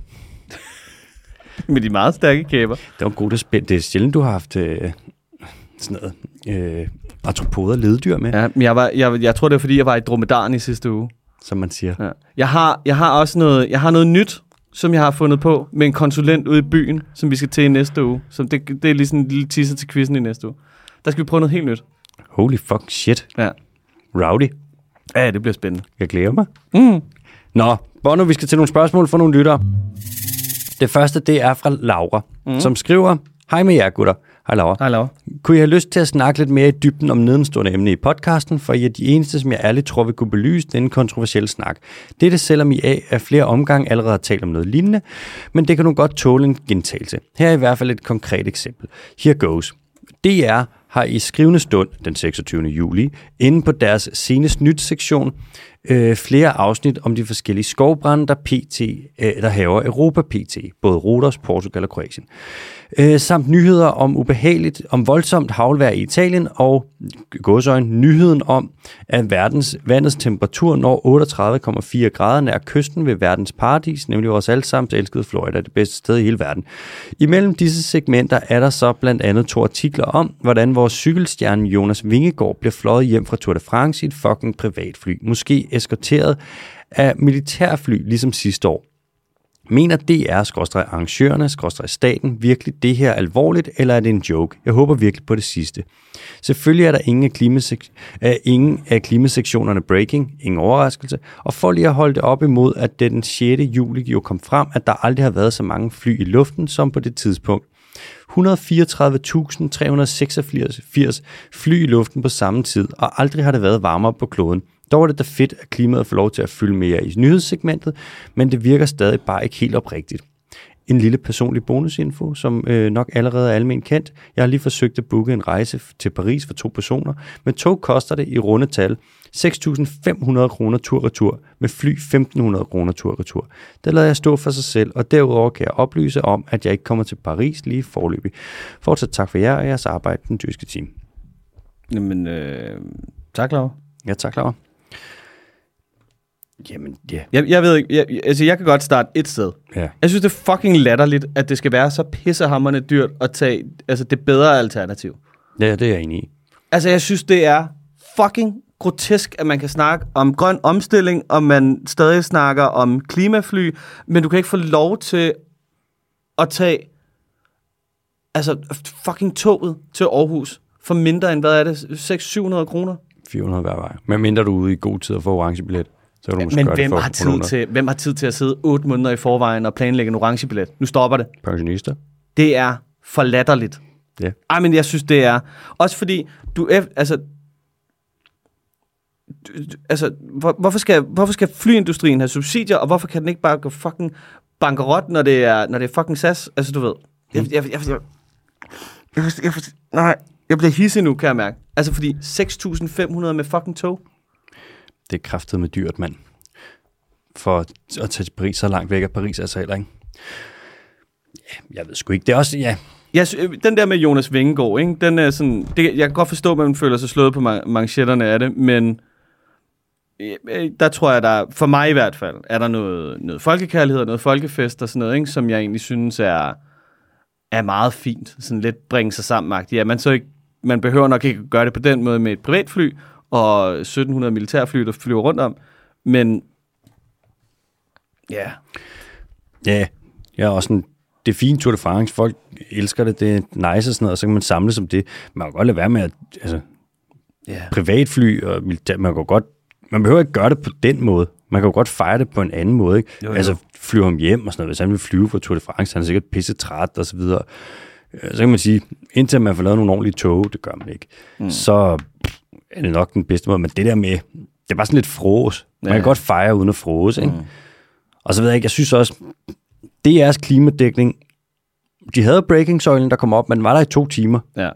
Med de meget stærke kæber. Det var godt at spænde. Det er sjældent, du har haft øh, sådan noget øh, artropoder, leddyr med, ja. Ja, men jeg, var, jeg, jeg tror, det er, fordi jeg var i dromedaren i sidste uge. som man siger. Ja. Jeg, har, jeg har også noget, jeg har noget nyt, som jeg har fundet på med en konsulent ude i byen, som vi skal til i næste uge. Så det, det er lige sådan en lille teaser til quizzen i næste uge. Der skal vi prøve noget helt nyt. Holy fuck shit. Ja, Rowdy. ja det bliver spændende. Jeg glæder mig. Mm. Nå, Bono, vi skal til nogle spørgsmål fra nogle lyttere. Det første, det er fra Laura, mm. som skriver: Hej med jer, gutter. Hej, Laura. Hej, Laura. Kunne I have lyst til at snakke lidt mere i dybden om nedenstående emne i podcasten, for I er de eneste, som jeg ærligt tror vil kunne belyse denne kontroversielle snak. Dette selvom I af af flere omgange allerede har talt om noget lignende, men det kan nu godt tåle en gentagelse. Her er i hvert fald et konkret eksempel. Here goes. D R har i skrivende stund den seksogtyvende juli inde på deres senest nyt-sektion øh, flere afsnit om de forskellige skovbrande, der, P T, øh, der haver Europa P T, både Rhodos, Portugal og Kroatien. Øh, samt nyheder om ubehageligt, om voldsomt havlvejr i Italien og gåseøjne nyheden om, at verdens, vandets temperatur når otteogtredive komma fire grader nær kysten ved verdens paradis, nemlig vores allesammens elskede Florida, det bedste sted i hele verden. Imellem disse segmenter er der så blandt andet to artikler om, hvordan vores cykelstjerne Jonas Vingegaard bliver fløjet hjem fra Tour de France i et fucking privatfly, måske eskorteret af militærfly ligesom sidste år. Mener D R-arrangørerne, staten virkelig det her alvorligt, eller er det en joke? Jeg håber virkelig på det sidste. Selvfølgelig er der ingen af, klimasek- af, ingen af klimasektionerne breaking, ingen overraskelse, og for lige at holde det op imod, at det den sjette juli jo kom frem, at der aldrig har været så mange fly i luften som på det tidspunkt. et hundrede og fireogtredive tusind tre hundrede og seksogfirs fly i luften på samme tid, og aldrig har det været varmere på kloden. Dog er det da fedt, at klimaet får lov til at fylde mere i nyhedssegmentet, men det virker stadig bare ikke helt oprigtigt. En lille personlig bonusinfo, som øh, nok allerede er almen kendt. Jeg har lige forsøgt at booke en rejse til Paris for to personer. Med tog koster det i runde tal seks tusind fem hundrede kroner tur-retur, med fly femten hundrede kroner tur-retur. Det lader jeg stå for sig selv, og derudover kan jeg oplyse om, at jeg ikke kommer til Paris lige forløbig. Fortsat tak for jer og jeres arbejde, den dyrske team. Jamen, øh, tak, Laura. Ja, tak, Laura. Jamen, ja. Yeah. Jeg, jeg ved ikke, jeg, altså jeg kan godt starte et sted. Ja. Jeg synes, det er fucking latterligt, at det skal være så pissehammerende dyrt at tage altså det bedre alternativ. Ja, det er jeg enig i. Altså, jeg synes, det er fucking grotesk, at man kan snakke om grøn omstilling, og man stadig snakker om klimafly, men du kan ikke få lov til at tage altså fucking toget til Aarhus for mindre end, hvad er det, seks hundrede til syv hundrede kroner? fire hundrede hver vej. Men mindre du er ude i god tid at få orange billet, så kan du måske men gøre hvem det for har, tid til, hvem har tid til at sidde otte måneder i forvejen og planlægge en orange billet? Nu stopper det. pensionister. Det er for latterligt. Ja. Ej, men jeg synes, det er... Også fordi, du... Altså, du, altså hvor, hvorfor, skal, hvorfor skal flyindustrien have subsidier, og hvorfor kan den ikke bare gå fucking bankerot, når det er, når det er fucking S A S? Altså, du ved... Jeg, jeg, jeg, jeg, jeg, jeg, jeg, jeg, nej, jeg bliver hissig nu, kan jeg mærke. Altså, fordi seks tusind fem hundrede med fucking tog. Det er kraftet med dyrt, mand. For at tage til Paris så langt væk af Paris, altså heller ikke. Ja, jeg ved sgu ikke. Det er også... Ja. Jeg, den der med Jonas Vingegaard, ikke? Den er sådan, det, jeg kan godt forstå, at man føler sig slået på man, manchetterne af det, men der tror jeg, der for mig i hvert fald, er der noget, noget folkekærlighed og noget folkefest og sådan noget, ikke? Som jeg egentlig synes er, er meget fint. Sådan lidt bringe sig sammen. Ja, man, så ikke, man behøver nok ikke gøre det på den måde med et privatfly og sytten hundrede militærfly, der flyver rundt om, men ja. Ja, jeg er også sådan... Det er fint Tour de France, folk elsker det, det er nice og sådan noget, og så kan man samles om det. Man kan godt lade være med at, altså, yeah. privatfly og militær, man kan godt, man behøver ikke gøre det på den måde. Man kan jo godt fejre det på en anden måde, ikke? Jo, jo. Altså flyve ham hjem og sådan noget, hvis han vil flyve for Tour de France, han er sikkert pisse træt og så videre. Så kan man sige, indtil man får lavet nogle ordentlige tog, det gør man ikke, mm. så er det nok den bedste måde, men det der med, det er bare sådan lidt frås. Man ja. kan godt fejre uden at frås, ikke? Mm. Og så ved jeg ikke, jeg synes også, D R's klimadækning, de havde breaking-søjlen, der kom op, men var der i to timer. Ja.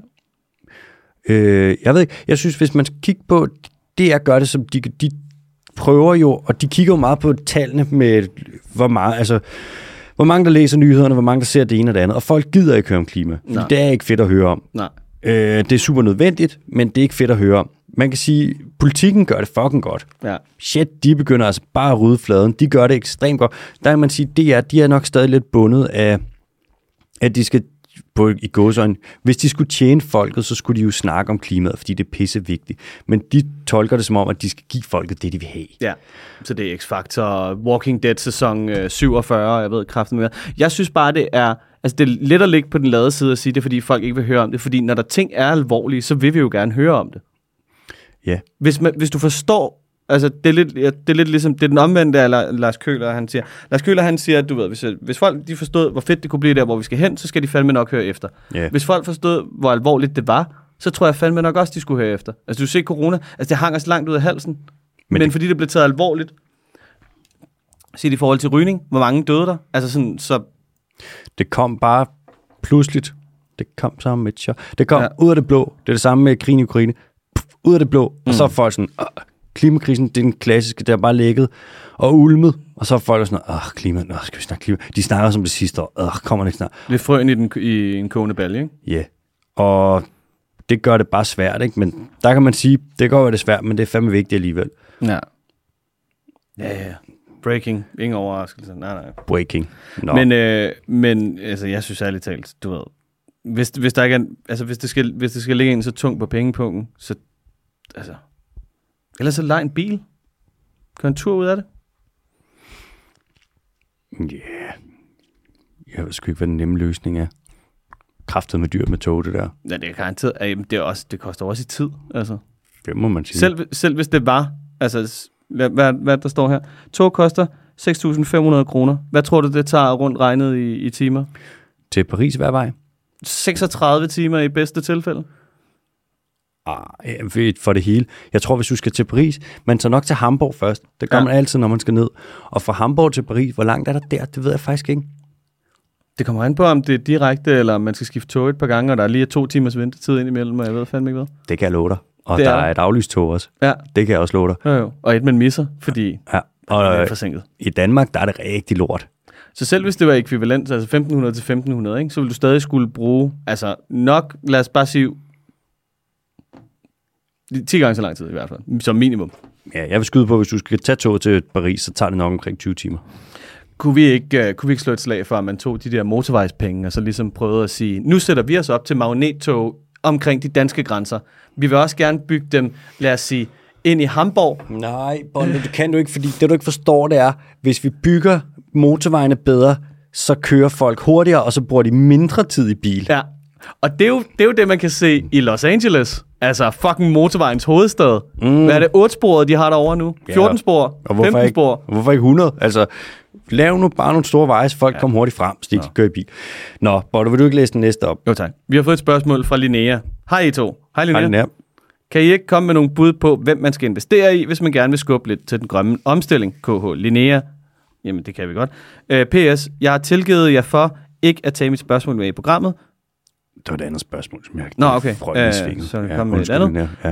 Øh, jeg ved ikke, jeg synes, hvis man skal kigge på, D R gør det, som de, de prøver jo, og de kigger jo meget på tallene med, hvor meget, altså, hvor mange der læser nyhederne, hvor mange der ser det ene og det andet, og folk gider ikke høre om klima, fordi det er ikke fedt at høre om. Nej. Øh, det er super nødvendigt, men det er ikke fedt at høre om. Man kan sige, politikken gør det fucking godt. Ja. Shit, de begynder altså bare at rydde fladen. De gør det ekstremt godt. Der kan man sige, D R, de er nok stadig lidt bundet af, at de skal, på, i gåseøjne, hvis de skulle tjene folket, så skulle de jo snakke om klimaet, fordi det er pisse vigtigt. Men de tolker det som om, at de skal give folket det, de vil have. Ja, så det er X-Factor, Walking Dead sæson øh, syvogfyrre, jeg ved kraften mere. Jeg synes bare, det er, altså det er lidt at ligge på den lade side og sige, det er fordi folk ikke vil høre om det, fordi når der ting er alvorlige, så vil vi jo gerne høre om det. Ja. Hvis, man, hvis du forstår, altså det er lidt, det er lidt ligesom, det er den omvendte af Lars Køhler, han siger. Lars Køhler, han siger, at du ved, hvis, hvis folk de forstod, hvor fedt det kunne blive der, hvor vi skal hen, så skal de fandme nok høre efter. Yeah. Hvis folk forstod, hvor alvorligt det var, så tror jeg fandme nok også, de skulle høre efter. Altså du ser corona, altså det hang os langt ud af halsen, men, men det... fordi det blev taget alvorligt, set i forhold til rygning, hvor mange døde der? Altså sådan, så... Det kom bare pludseligt. Det kom sammen med et chok. Det kom ja. ud af det blå. Det er det samme med krigen i Ukraine. Ud af det blå, mm. og så er folk sådan, klimakrisen, det er den klassiske, der er bare lægget og ulmet, og så er folk sådan, åh, klima, nå, skal vi snakke klima? De snakker som det sidste år, åh, kommer det ikke snart? Det er frøen i, den, i en kogende balje, ikke? Ja, yeah. Og det gør det bare svært, ikke? Men der kan man sige, det går jo det svært, men det er fandme vigtigt alligevel. Ja. Ja, ja. Breaking, ingen overraskelse, nej, nej. Breaking. No. Men, øh, men altså, jeg synes ærligt talt, du ved, hvis, hvis der ikke er, altså, hvis det skal, hvis det skal ligge en så tung på pengepunkten, så altså, ellers så lej en bil. Kør en tur ud af det. Ja. Yeah. Jeg ved sgu ikke, hvad den nemme løsning er. Kraftet med dyr med tog, det der. Ja, det er garanteret. Det, er også, det koster også i tid, altså. Det må man sige. Selv, selv hvis det var, altså, hvad, hvad, hvad der står her. Tog koster seks tusind fem hundrede kroner. Hvad tror du, det tager rundt regnet i, i timer? Til Paris hver vej? seksogtredive timer i bedste tilfælde. Ah, for det hele. Jeg tror, hvis du skal til Paris, man tager nok til Hamburg først. Det gør ja. man altid, når man skal ned. Og fra Hamburg til Paris, hvor langt er der der? Det ved jeg faktisk ikke. Det kommer an på, om det er direkte, eller man skal skifte tog et par gange, og der er lige to timers ventetid indimellem, og jeg ved fandme ikke hvad. Det kan jeg love dig. Og det der er, er et aflyst tog også. Ja. Det kan jeg også love dig. Jo, jo. Og et, man misser, fordi ja. Og, det er forsinket. I Danmark, der er det rigtig lort. Så selv hvis det var ekvivalent, altså femten hundrede til femten hundrede, ikke, så ville du stadig skulle bruge, altså nok, lad os bare sige, ti gange så lang tid i hvert fald, som minimum. Ja, jeg vil skyde på, hvis du skal tage toget til Paris, så tager det nok omkring tyve timer. Kunne vi ikke, uh, kunne vi ikke slå et slag for, at man tog de der motorvejspenge, og så ligesom prøvede at sige, nu sætter vi os op til magnettog omkring de danske grænser. Vi vil også gerne bygge dem, lad os sige, ind i Hamburg. Nej, Bolle, det kan du ikke, fordi det du ikke forstår, det er, hvis vi bygger motorvejene bedre, så kører folk hurtigere, og så bruger de mindre tid i bil. Ja, og det er jo det, er jo det man kan se i Los Angeles. Altså fucking motorvejens hovedstad. Mm. Hvad er det, otte sporet, de har derovre nu? fjorten spor, femten spor. Og hvorfor ikke hundrede? Altså, lav nu bare nogle store veje, så folk ja. kommer hurtigt frem, så de kan køre i bil. Nå, Bolle, vil du ikke læse den næste op? Jo tak. Vi har fået et spørgsmål fra Linnea. Hej I to. Hej Linnea. Hej Linnea. Kan I ikke komme med nogle bud på, hvem man skal investere i, hvis man gerne vil skubbe lidt til den grønne omstilling? K H Linnea. Jamen, det kan vi godt. Uh, P S. Jeg har tilgivet jer for ikke at tage mit spørgsmål med i programmet. Det var et andet spørgsmål, som jeg ikke Nå, okay. Uh, så det kom ja, med et andet. Ja.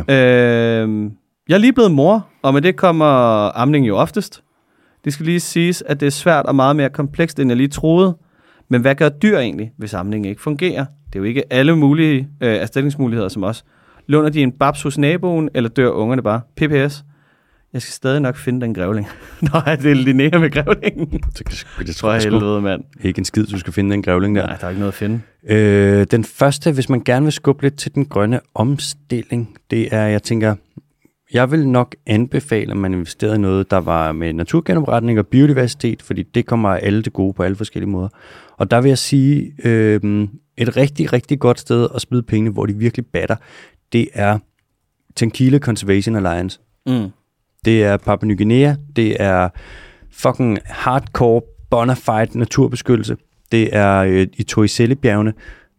Uh, jeg er lige blevet mor, og med det kommer amning jo oftest. Det skal lige siges, at det er svært og meget mere komplekst, end jeg lige troede. Men hvad gør dyr egentlig, hvis amningen ikke fungerer? Det er jo ikke alle mulige uh, erstatningsmuligheder som os. Låner de en babs hos naboen, eller dør ungerne bare? P P S. Jeg skal stadig nok finde den grævling. Nå, det er Linnea med grævlingen. Det, det tror jeg helvede, mand. Ikke en skid, du skal finde den grævling der. Nej, der er ikke noget at finde. Øh, den første, hvis man gerne vil skubbe lidt til den grønne omstilling, det er, jeg tænker, jeg vil nok anbefale, at man investerer i noget, der var med naturgenopretning og biodiversitet, fordi det kommer alle til gode på alle forskellige måder. Og der vil jeg sige, øh, et rigtig, rigtig godt sted at smide pengene, hvor de virkelig batter, det er Tequila Conservation Alliance. Mm. Det er Papua Ny Guinea, det er fucking hardcore bona fide naturbeskyttelse, det er øh, i Torricelli-bjergene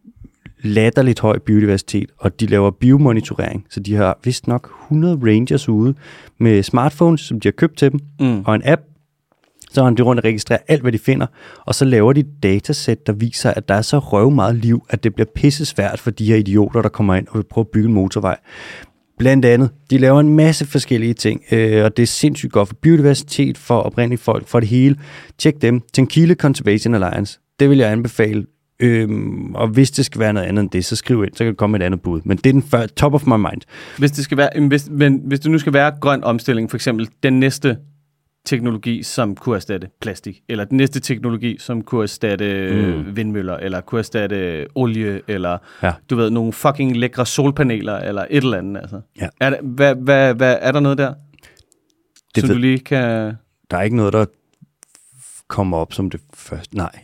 latterligt høj biodiversitet, og de laver biomonitorering, så de har vist nok hundrede rangers ude med smartphones, som de har købt til dem, mm. og en app, så har de rundt og registrerer alt, hvad de finder, og så laver de et datasæt, der viser, at der er så røv meget liv, at det bliver pisse svært for de her idioter, der kommer ind og vil prøve at bygge en motorvej. Blandt andet, de laver en masse forskellige ting, øh, og det er sindssygt godt for biodiversitet, for oprindelige folk, for det hele. Tjek dem. Tequila Conservation Alliance. Det vil jeg anbefale. Øhm, og hvis det skal være noget andet end det, så skriv ind, så kan det komme et andet bud. Men det er den før, top of my mind. Hvis det skal være, hvis, men hvis det nu skal være grøn omstilling, for eksempel den næste teknologi, som kunne erstatte plastik, eller den næste teknologi, som kunne erstatte mm. vindmøller, eller kunne erstatte olie, eller ja. du ved, nogle fucking lækre solpaneler, eller et eller andet. Altså. Ja. Er, der, hvad, hvad, hvad, er der noget der, det som ved, du lige kan... Der er ikke noget, der kommer op som det første. Nej.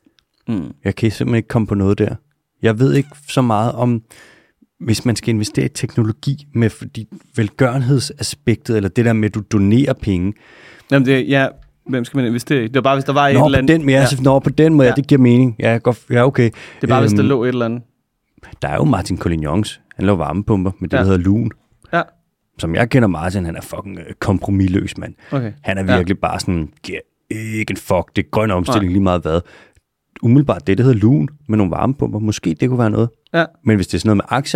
Mm. Jeg kan simpelthen ikke komme på noget der. Jeg ved ikke så meget om, hvis man skal investere i teknologi med fordi velgørenhedsaspektet, eller det der med, at du donerer penge. Jamen det, ja, hvem skal man investere i? Det var bare, hvis der var nå, et eller andet... Den, ja. Nå, på den måde, ja. Det giver mening. Ja, godt, ja okay. Det er bare, øhm, hvis der lå et eller andet. Der er jo Martin Collignons. Han laver varmepumper med det, ja. der hedder Lun. Ja. Som jeg kender Martin, han er fucking øh, kompromisløs, mand. Okay. Han er virkelig ja. bare sådan, giver ikke en fuck, det er grøn omstilling Nej. lige meget hvad. Umiddelbart det, der hedder Lun, med nogle varmepumper. Måske det kunne være noget. Ja. Men hvis det er sådan noget med aktier...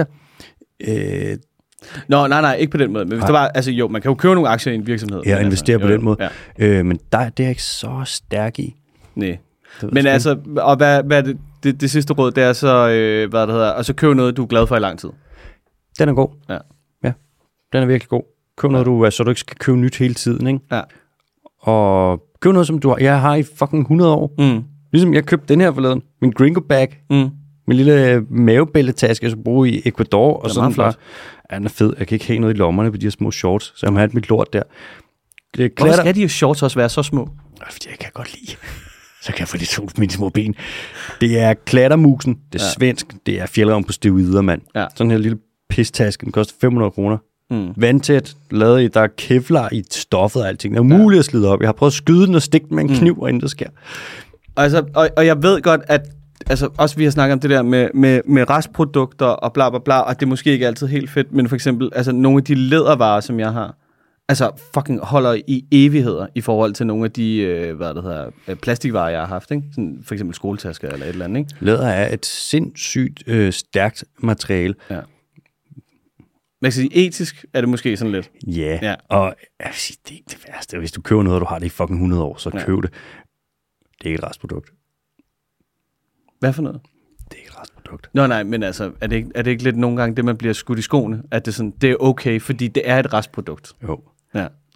Øh, Nå, nej, nej, ikke på den måde. Men hvis der var, altså jo, man kan jo købe nogle aktier i en virksomhed. Ja, investere altså, på jo, den måde. Ja. Øh, men der, det er jeg ikke så stærk i. Nej. Men altså, og hvad, hvad det, det, det sidste råd, det er så, øh, hvad det hedder, altså køb noget, du er glad for i lang tid. Den er god. Ja. Ja, den er virkelig god. Køb noget, du, så du ikke skal købe nyt hele tiden, ikke? Ja. Og køb noget, som du har, jeg har i fucking hundrede år. Mm. Ligesom jeg købte den her forleden, min gringo bag. Mm. Min lille mavebæltetaske, jeg skulle bruge i Ecuador. Og sådan bare, ja, den er fed. Jeg kan ikke have noget i lommerne på de her små shorts, så jeg må have mit lort der. Det Hvorfor skal de her shorts også være så små? Fordi jeg kan godt lide. Så kan jeg få de to mine små ben. Det er klattermusen, det er ja. svensk, det er fjeldravn på steroider, mand. Ja. Sådan her lille pistaske, den koster fem hundrede kroner. Mm. Vandtæt, lavet i, der er kevlar i stoffet og alting. Det er umuligt ja. at slide op. Jeg har prøvet at skyde den og stikke den med en kniv, mm. og inden der sker. Altså, og, og jeg ved godt, at altså også vi har snakket om det der med, med, med restprodukter og bla bla bla, og det er måske ikke altid helt fedt, men for eksempel altså nogle af de lædervarer, som jeg har, altså fucking holder i evigheder i forhold til nogle af de, øh, hvad det hedder, plastikvarer, jeg har haft, ikke? Sådan for eksempel skoletasker eller et eller andet, ikke? Læder er et sindssygt øh, stærkt materiale. Ja. Man kan sige, etisk er det måske sådan lidt. Yeah. Ja, og jeg vil sige, det er ikke det værste. Hvis du køber noget, og du har det i fucking hundrede år, så ja. køb det. Det er ikke et restprodukt. Hvad for noget? Det er ikke et restprodukt. Nå nej, men altså, er det, ikke, er det ikke lidt nogle gange det, man bliver skudt i skoene? At det, sådan, det er okay, fordi det er et restprodukt? Jo. Ja.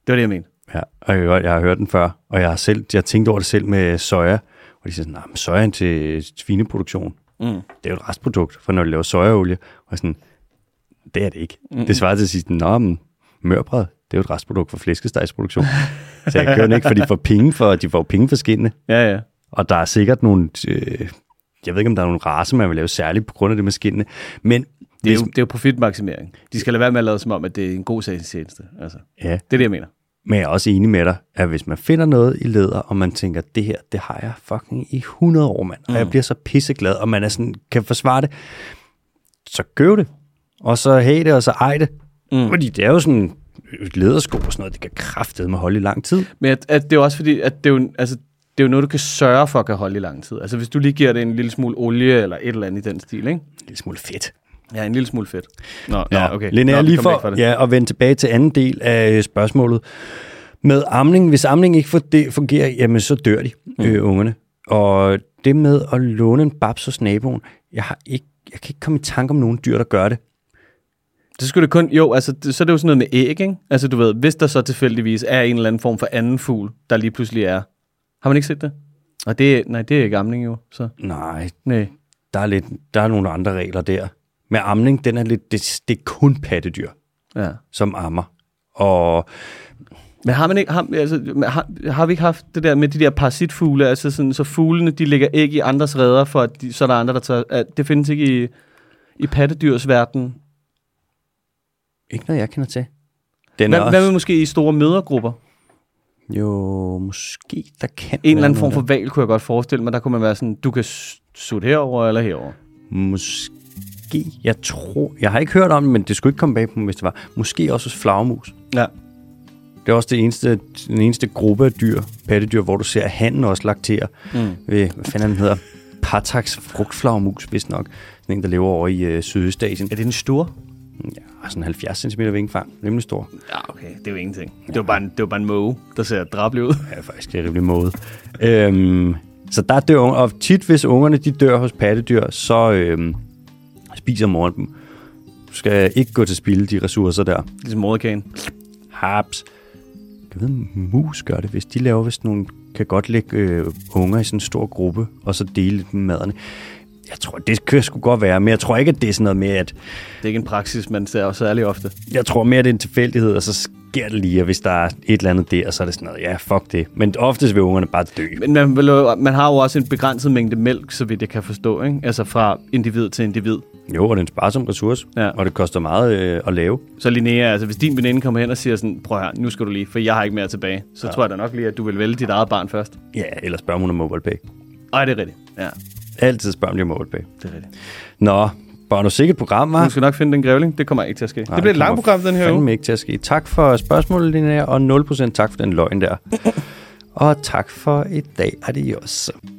Det var det, jeg mente. Ja, og jeg, jeg har hørt den før, og jeg har selv, jeg har tænkt over det selv med soja, og de siger sådan, nej, men sojaen til svineproduktion, mm. det er jo et restprodukt, for når du laver sojaolie, og sådan, det er det ikke. Mm. Det svarer til at sige, nå, men mørbrad, det er jo et restprodukt for flæskestegsproduktion. Så jeg kører den ikke, for de får penge for, de får penge for skindene. Ja, ja. Og der er sikkert nogle, øh, jeg ved ikke, om der er nogle racer, man vil lave særligt på grund af det med skindene, men det er, jo, det er jo profitmaksimering. De skal lade være med at lade som om, at det er en god sagens tjeneste. Altså, ja. Det er det, jeg mener. Men jeg er også enig med dig, at hvis man finder noget i læder, og man tænker, det her, det har jeg fucking i hundrede år, mand, og mm. jeg bliver så pisseglad, og man er sådan, kan forsvare det, så køb det, og så have det, og så ej det. Mm. Fordi det er jo sådan et lædersko og sådan noget, det kan kraftedeme holde i lang tid. Men at, at det er jo også fordi, at det er jo, altså, det er jo noget, du kan sørge for, at kan holde i lang tid. Altså hvis du lige giver det en lille smule olie, eller et eller andet i den stil, ikke? En lille smule fedt. Ja, en lille smule fedt. Nå, Nå ja, okay. Linnea, lige for, for ja, at vende tilbage til anden del af spørgsmålet. Med amning, hvis amning ikke fungerer, jamen så dør de, mm. øh, ungerne. Og det med at låne en babs hos naboen, jeg, har ikke, jeg kan ikke komme i tanke om nogen dyr, der gør det. Det skulle det kun, jo, altså, det, så er det jo sådan noget med æg, ikke? Altså, du ved, hvis der så tilfældigvis er en eller anden form for anden fugl, der lige pludselig er. Har man ikke set det? Og det, nej, det er ikke amning jo, så. Nej, nej. Der er, lidt, der er nogle andre regler der. Med amning, den er lidt, det, det er kun pattedyr, ja. Som ammer. Og men har man ikke, har, altså, har, har vi ikke haft det der med de der parasitfugle, altså sådan, så fuglene, de lægger æg i andres reder, for at de, så er der andre, der tager, at det findes ikke i, i pattedyrsverden? Ikke noget, jeg kender til. Den hvad, også... hvad med måske i store mødergrupper? Jo, måske der kan en eller anden form for valg, kunne jeg godt forestille mig. Der kunne man være sådan, du kan sutte herover eller herover. Måske. Jeg tror, jeg har ikke hørt om det, men det skulle ikke komme bag på mig, hvis det var. Måske også hos flagermus. Ja. Det er også det eneste, den eneste gruppe af dyr, pattedyr, hvor du ser, at hannen også lakterer mm. ved, hvad fanden den hedder, Patax frugtflagermus, vist nok. Sådan en, der lever over i øh, Sydøstasien. Er det den store? Ja, sådan halvfjerds centimeter vingefang. Rimelig stor. Ja, okay. Det er jo ingenting. Ja. Det var bare en, det var bare en måge, der ser drabelig ud. Ja, faktisk. Det er rimelig måge. øhm, så der dør unger, og tit hvis ungerne de dør hos pattedyr, så øhm, spiser moren dem. Du skal ikke gå til spilde de ressourcer der. Ligesom moderkagen. Haps. Jeg ved, mus gør det, hvis de laver, hvis nogen kan godt lægge øh, unger i sådan en stor gruppe, og så dele med maderne. Jeg tror, det kan sgu godt være, men jeg tror ikke, at det er sådan noget med, at... Det er ikke en praksis, man ser også særlig ofte. Jeg tror mere, at det er en tilfældighed, og så sker det lige, og hvis der er et eller andet der, så er det sådan noget, ja, fuck det. Men oftest vil ungerne bare dø. Men man, man har jo også en begrænset mængde mælk, så vidt jeg kan forstå, ikke? Altså fra individ til individ. Jo, og det er en sparsom ressource, ja. Og det koster meget øh, at lave. Så Linnea, altså hvis din veninde kommer hen og siger sådan, prøv her, nu skal du lige, for jeg har ikke mere tilbage, så ja. Tror jeg da nok lige, at du vil vælge dit eget barn først. Ja, eller spørg hun om MobilePay. Ej, det er rigtigt, ja. Altid spørg om det MobilePay. Det er rigtigt. Nå, bare noget sikkert program, hva'? Du skal nok finde den grævling. Det kommer ikke til at ske. Nej, det bliver et langt program, den her uge. Det kommer ikke til at ske. Tak for spørgsmålet, Linnea, og nul procent tak for den løgn der. Og tak for i dag. Adios.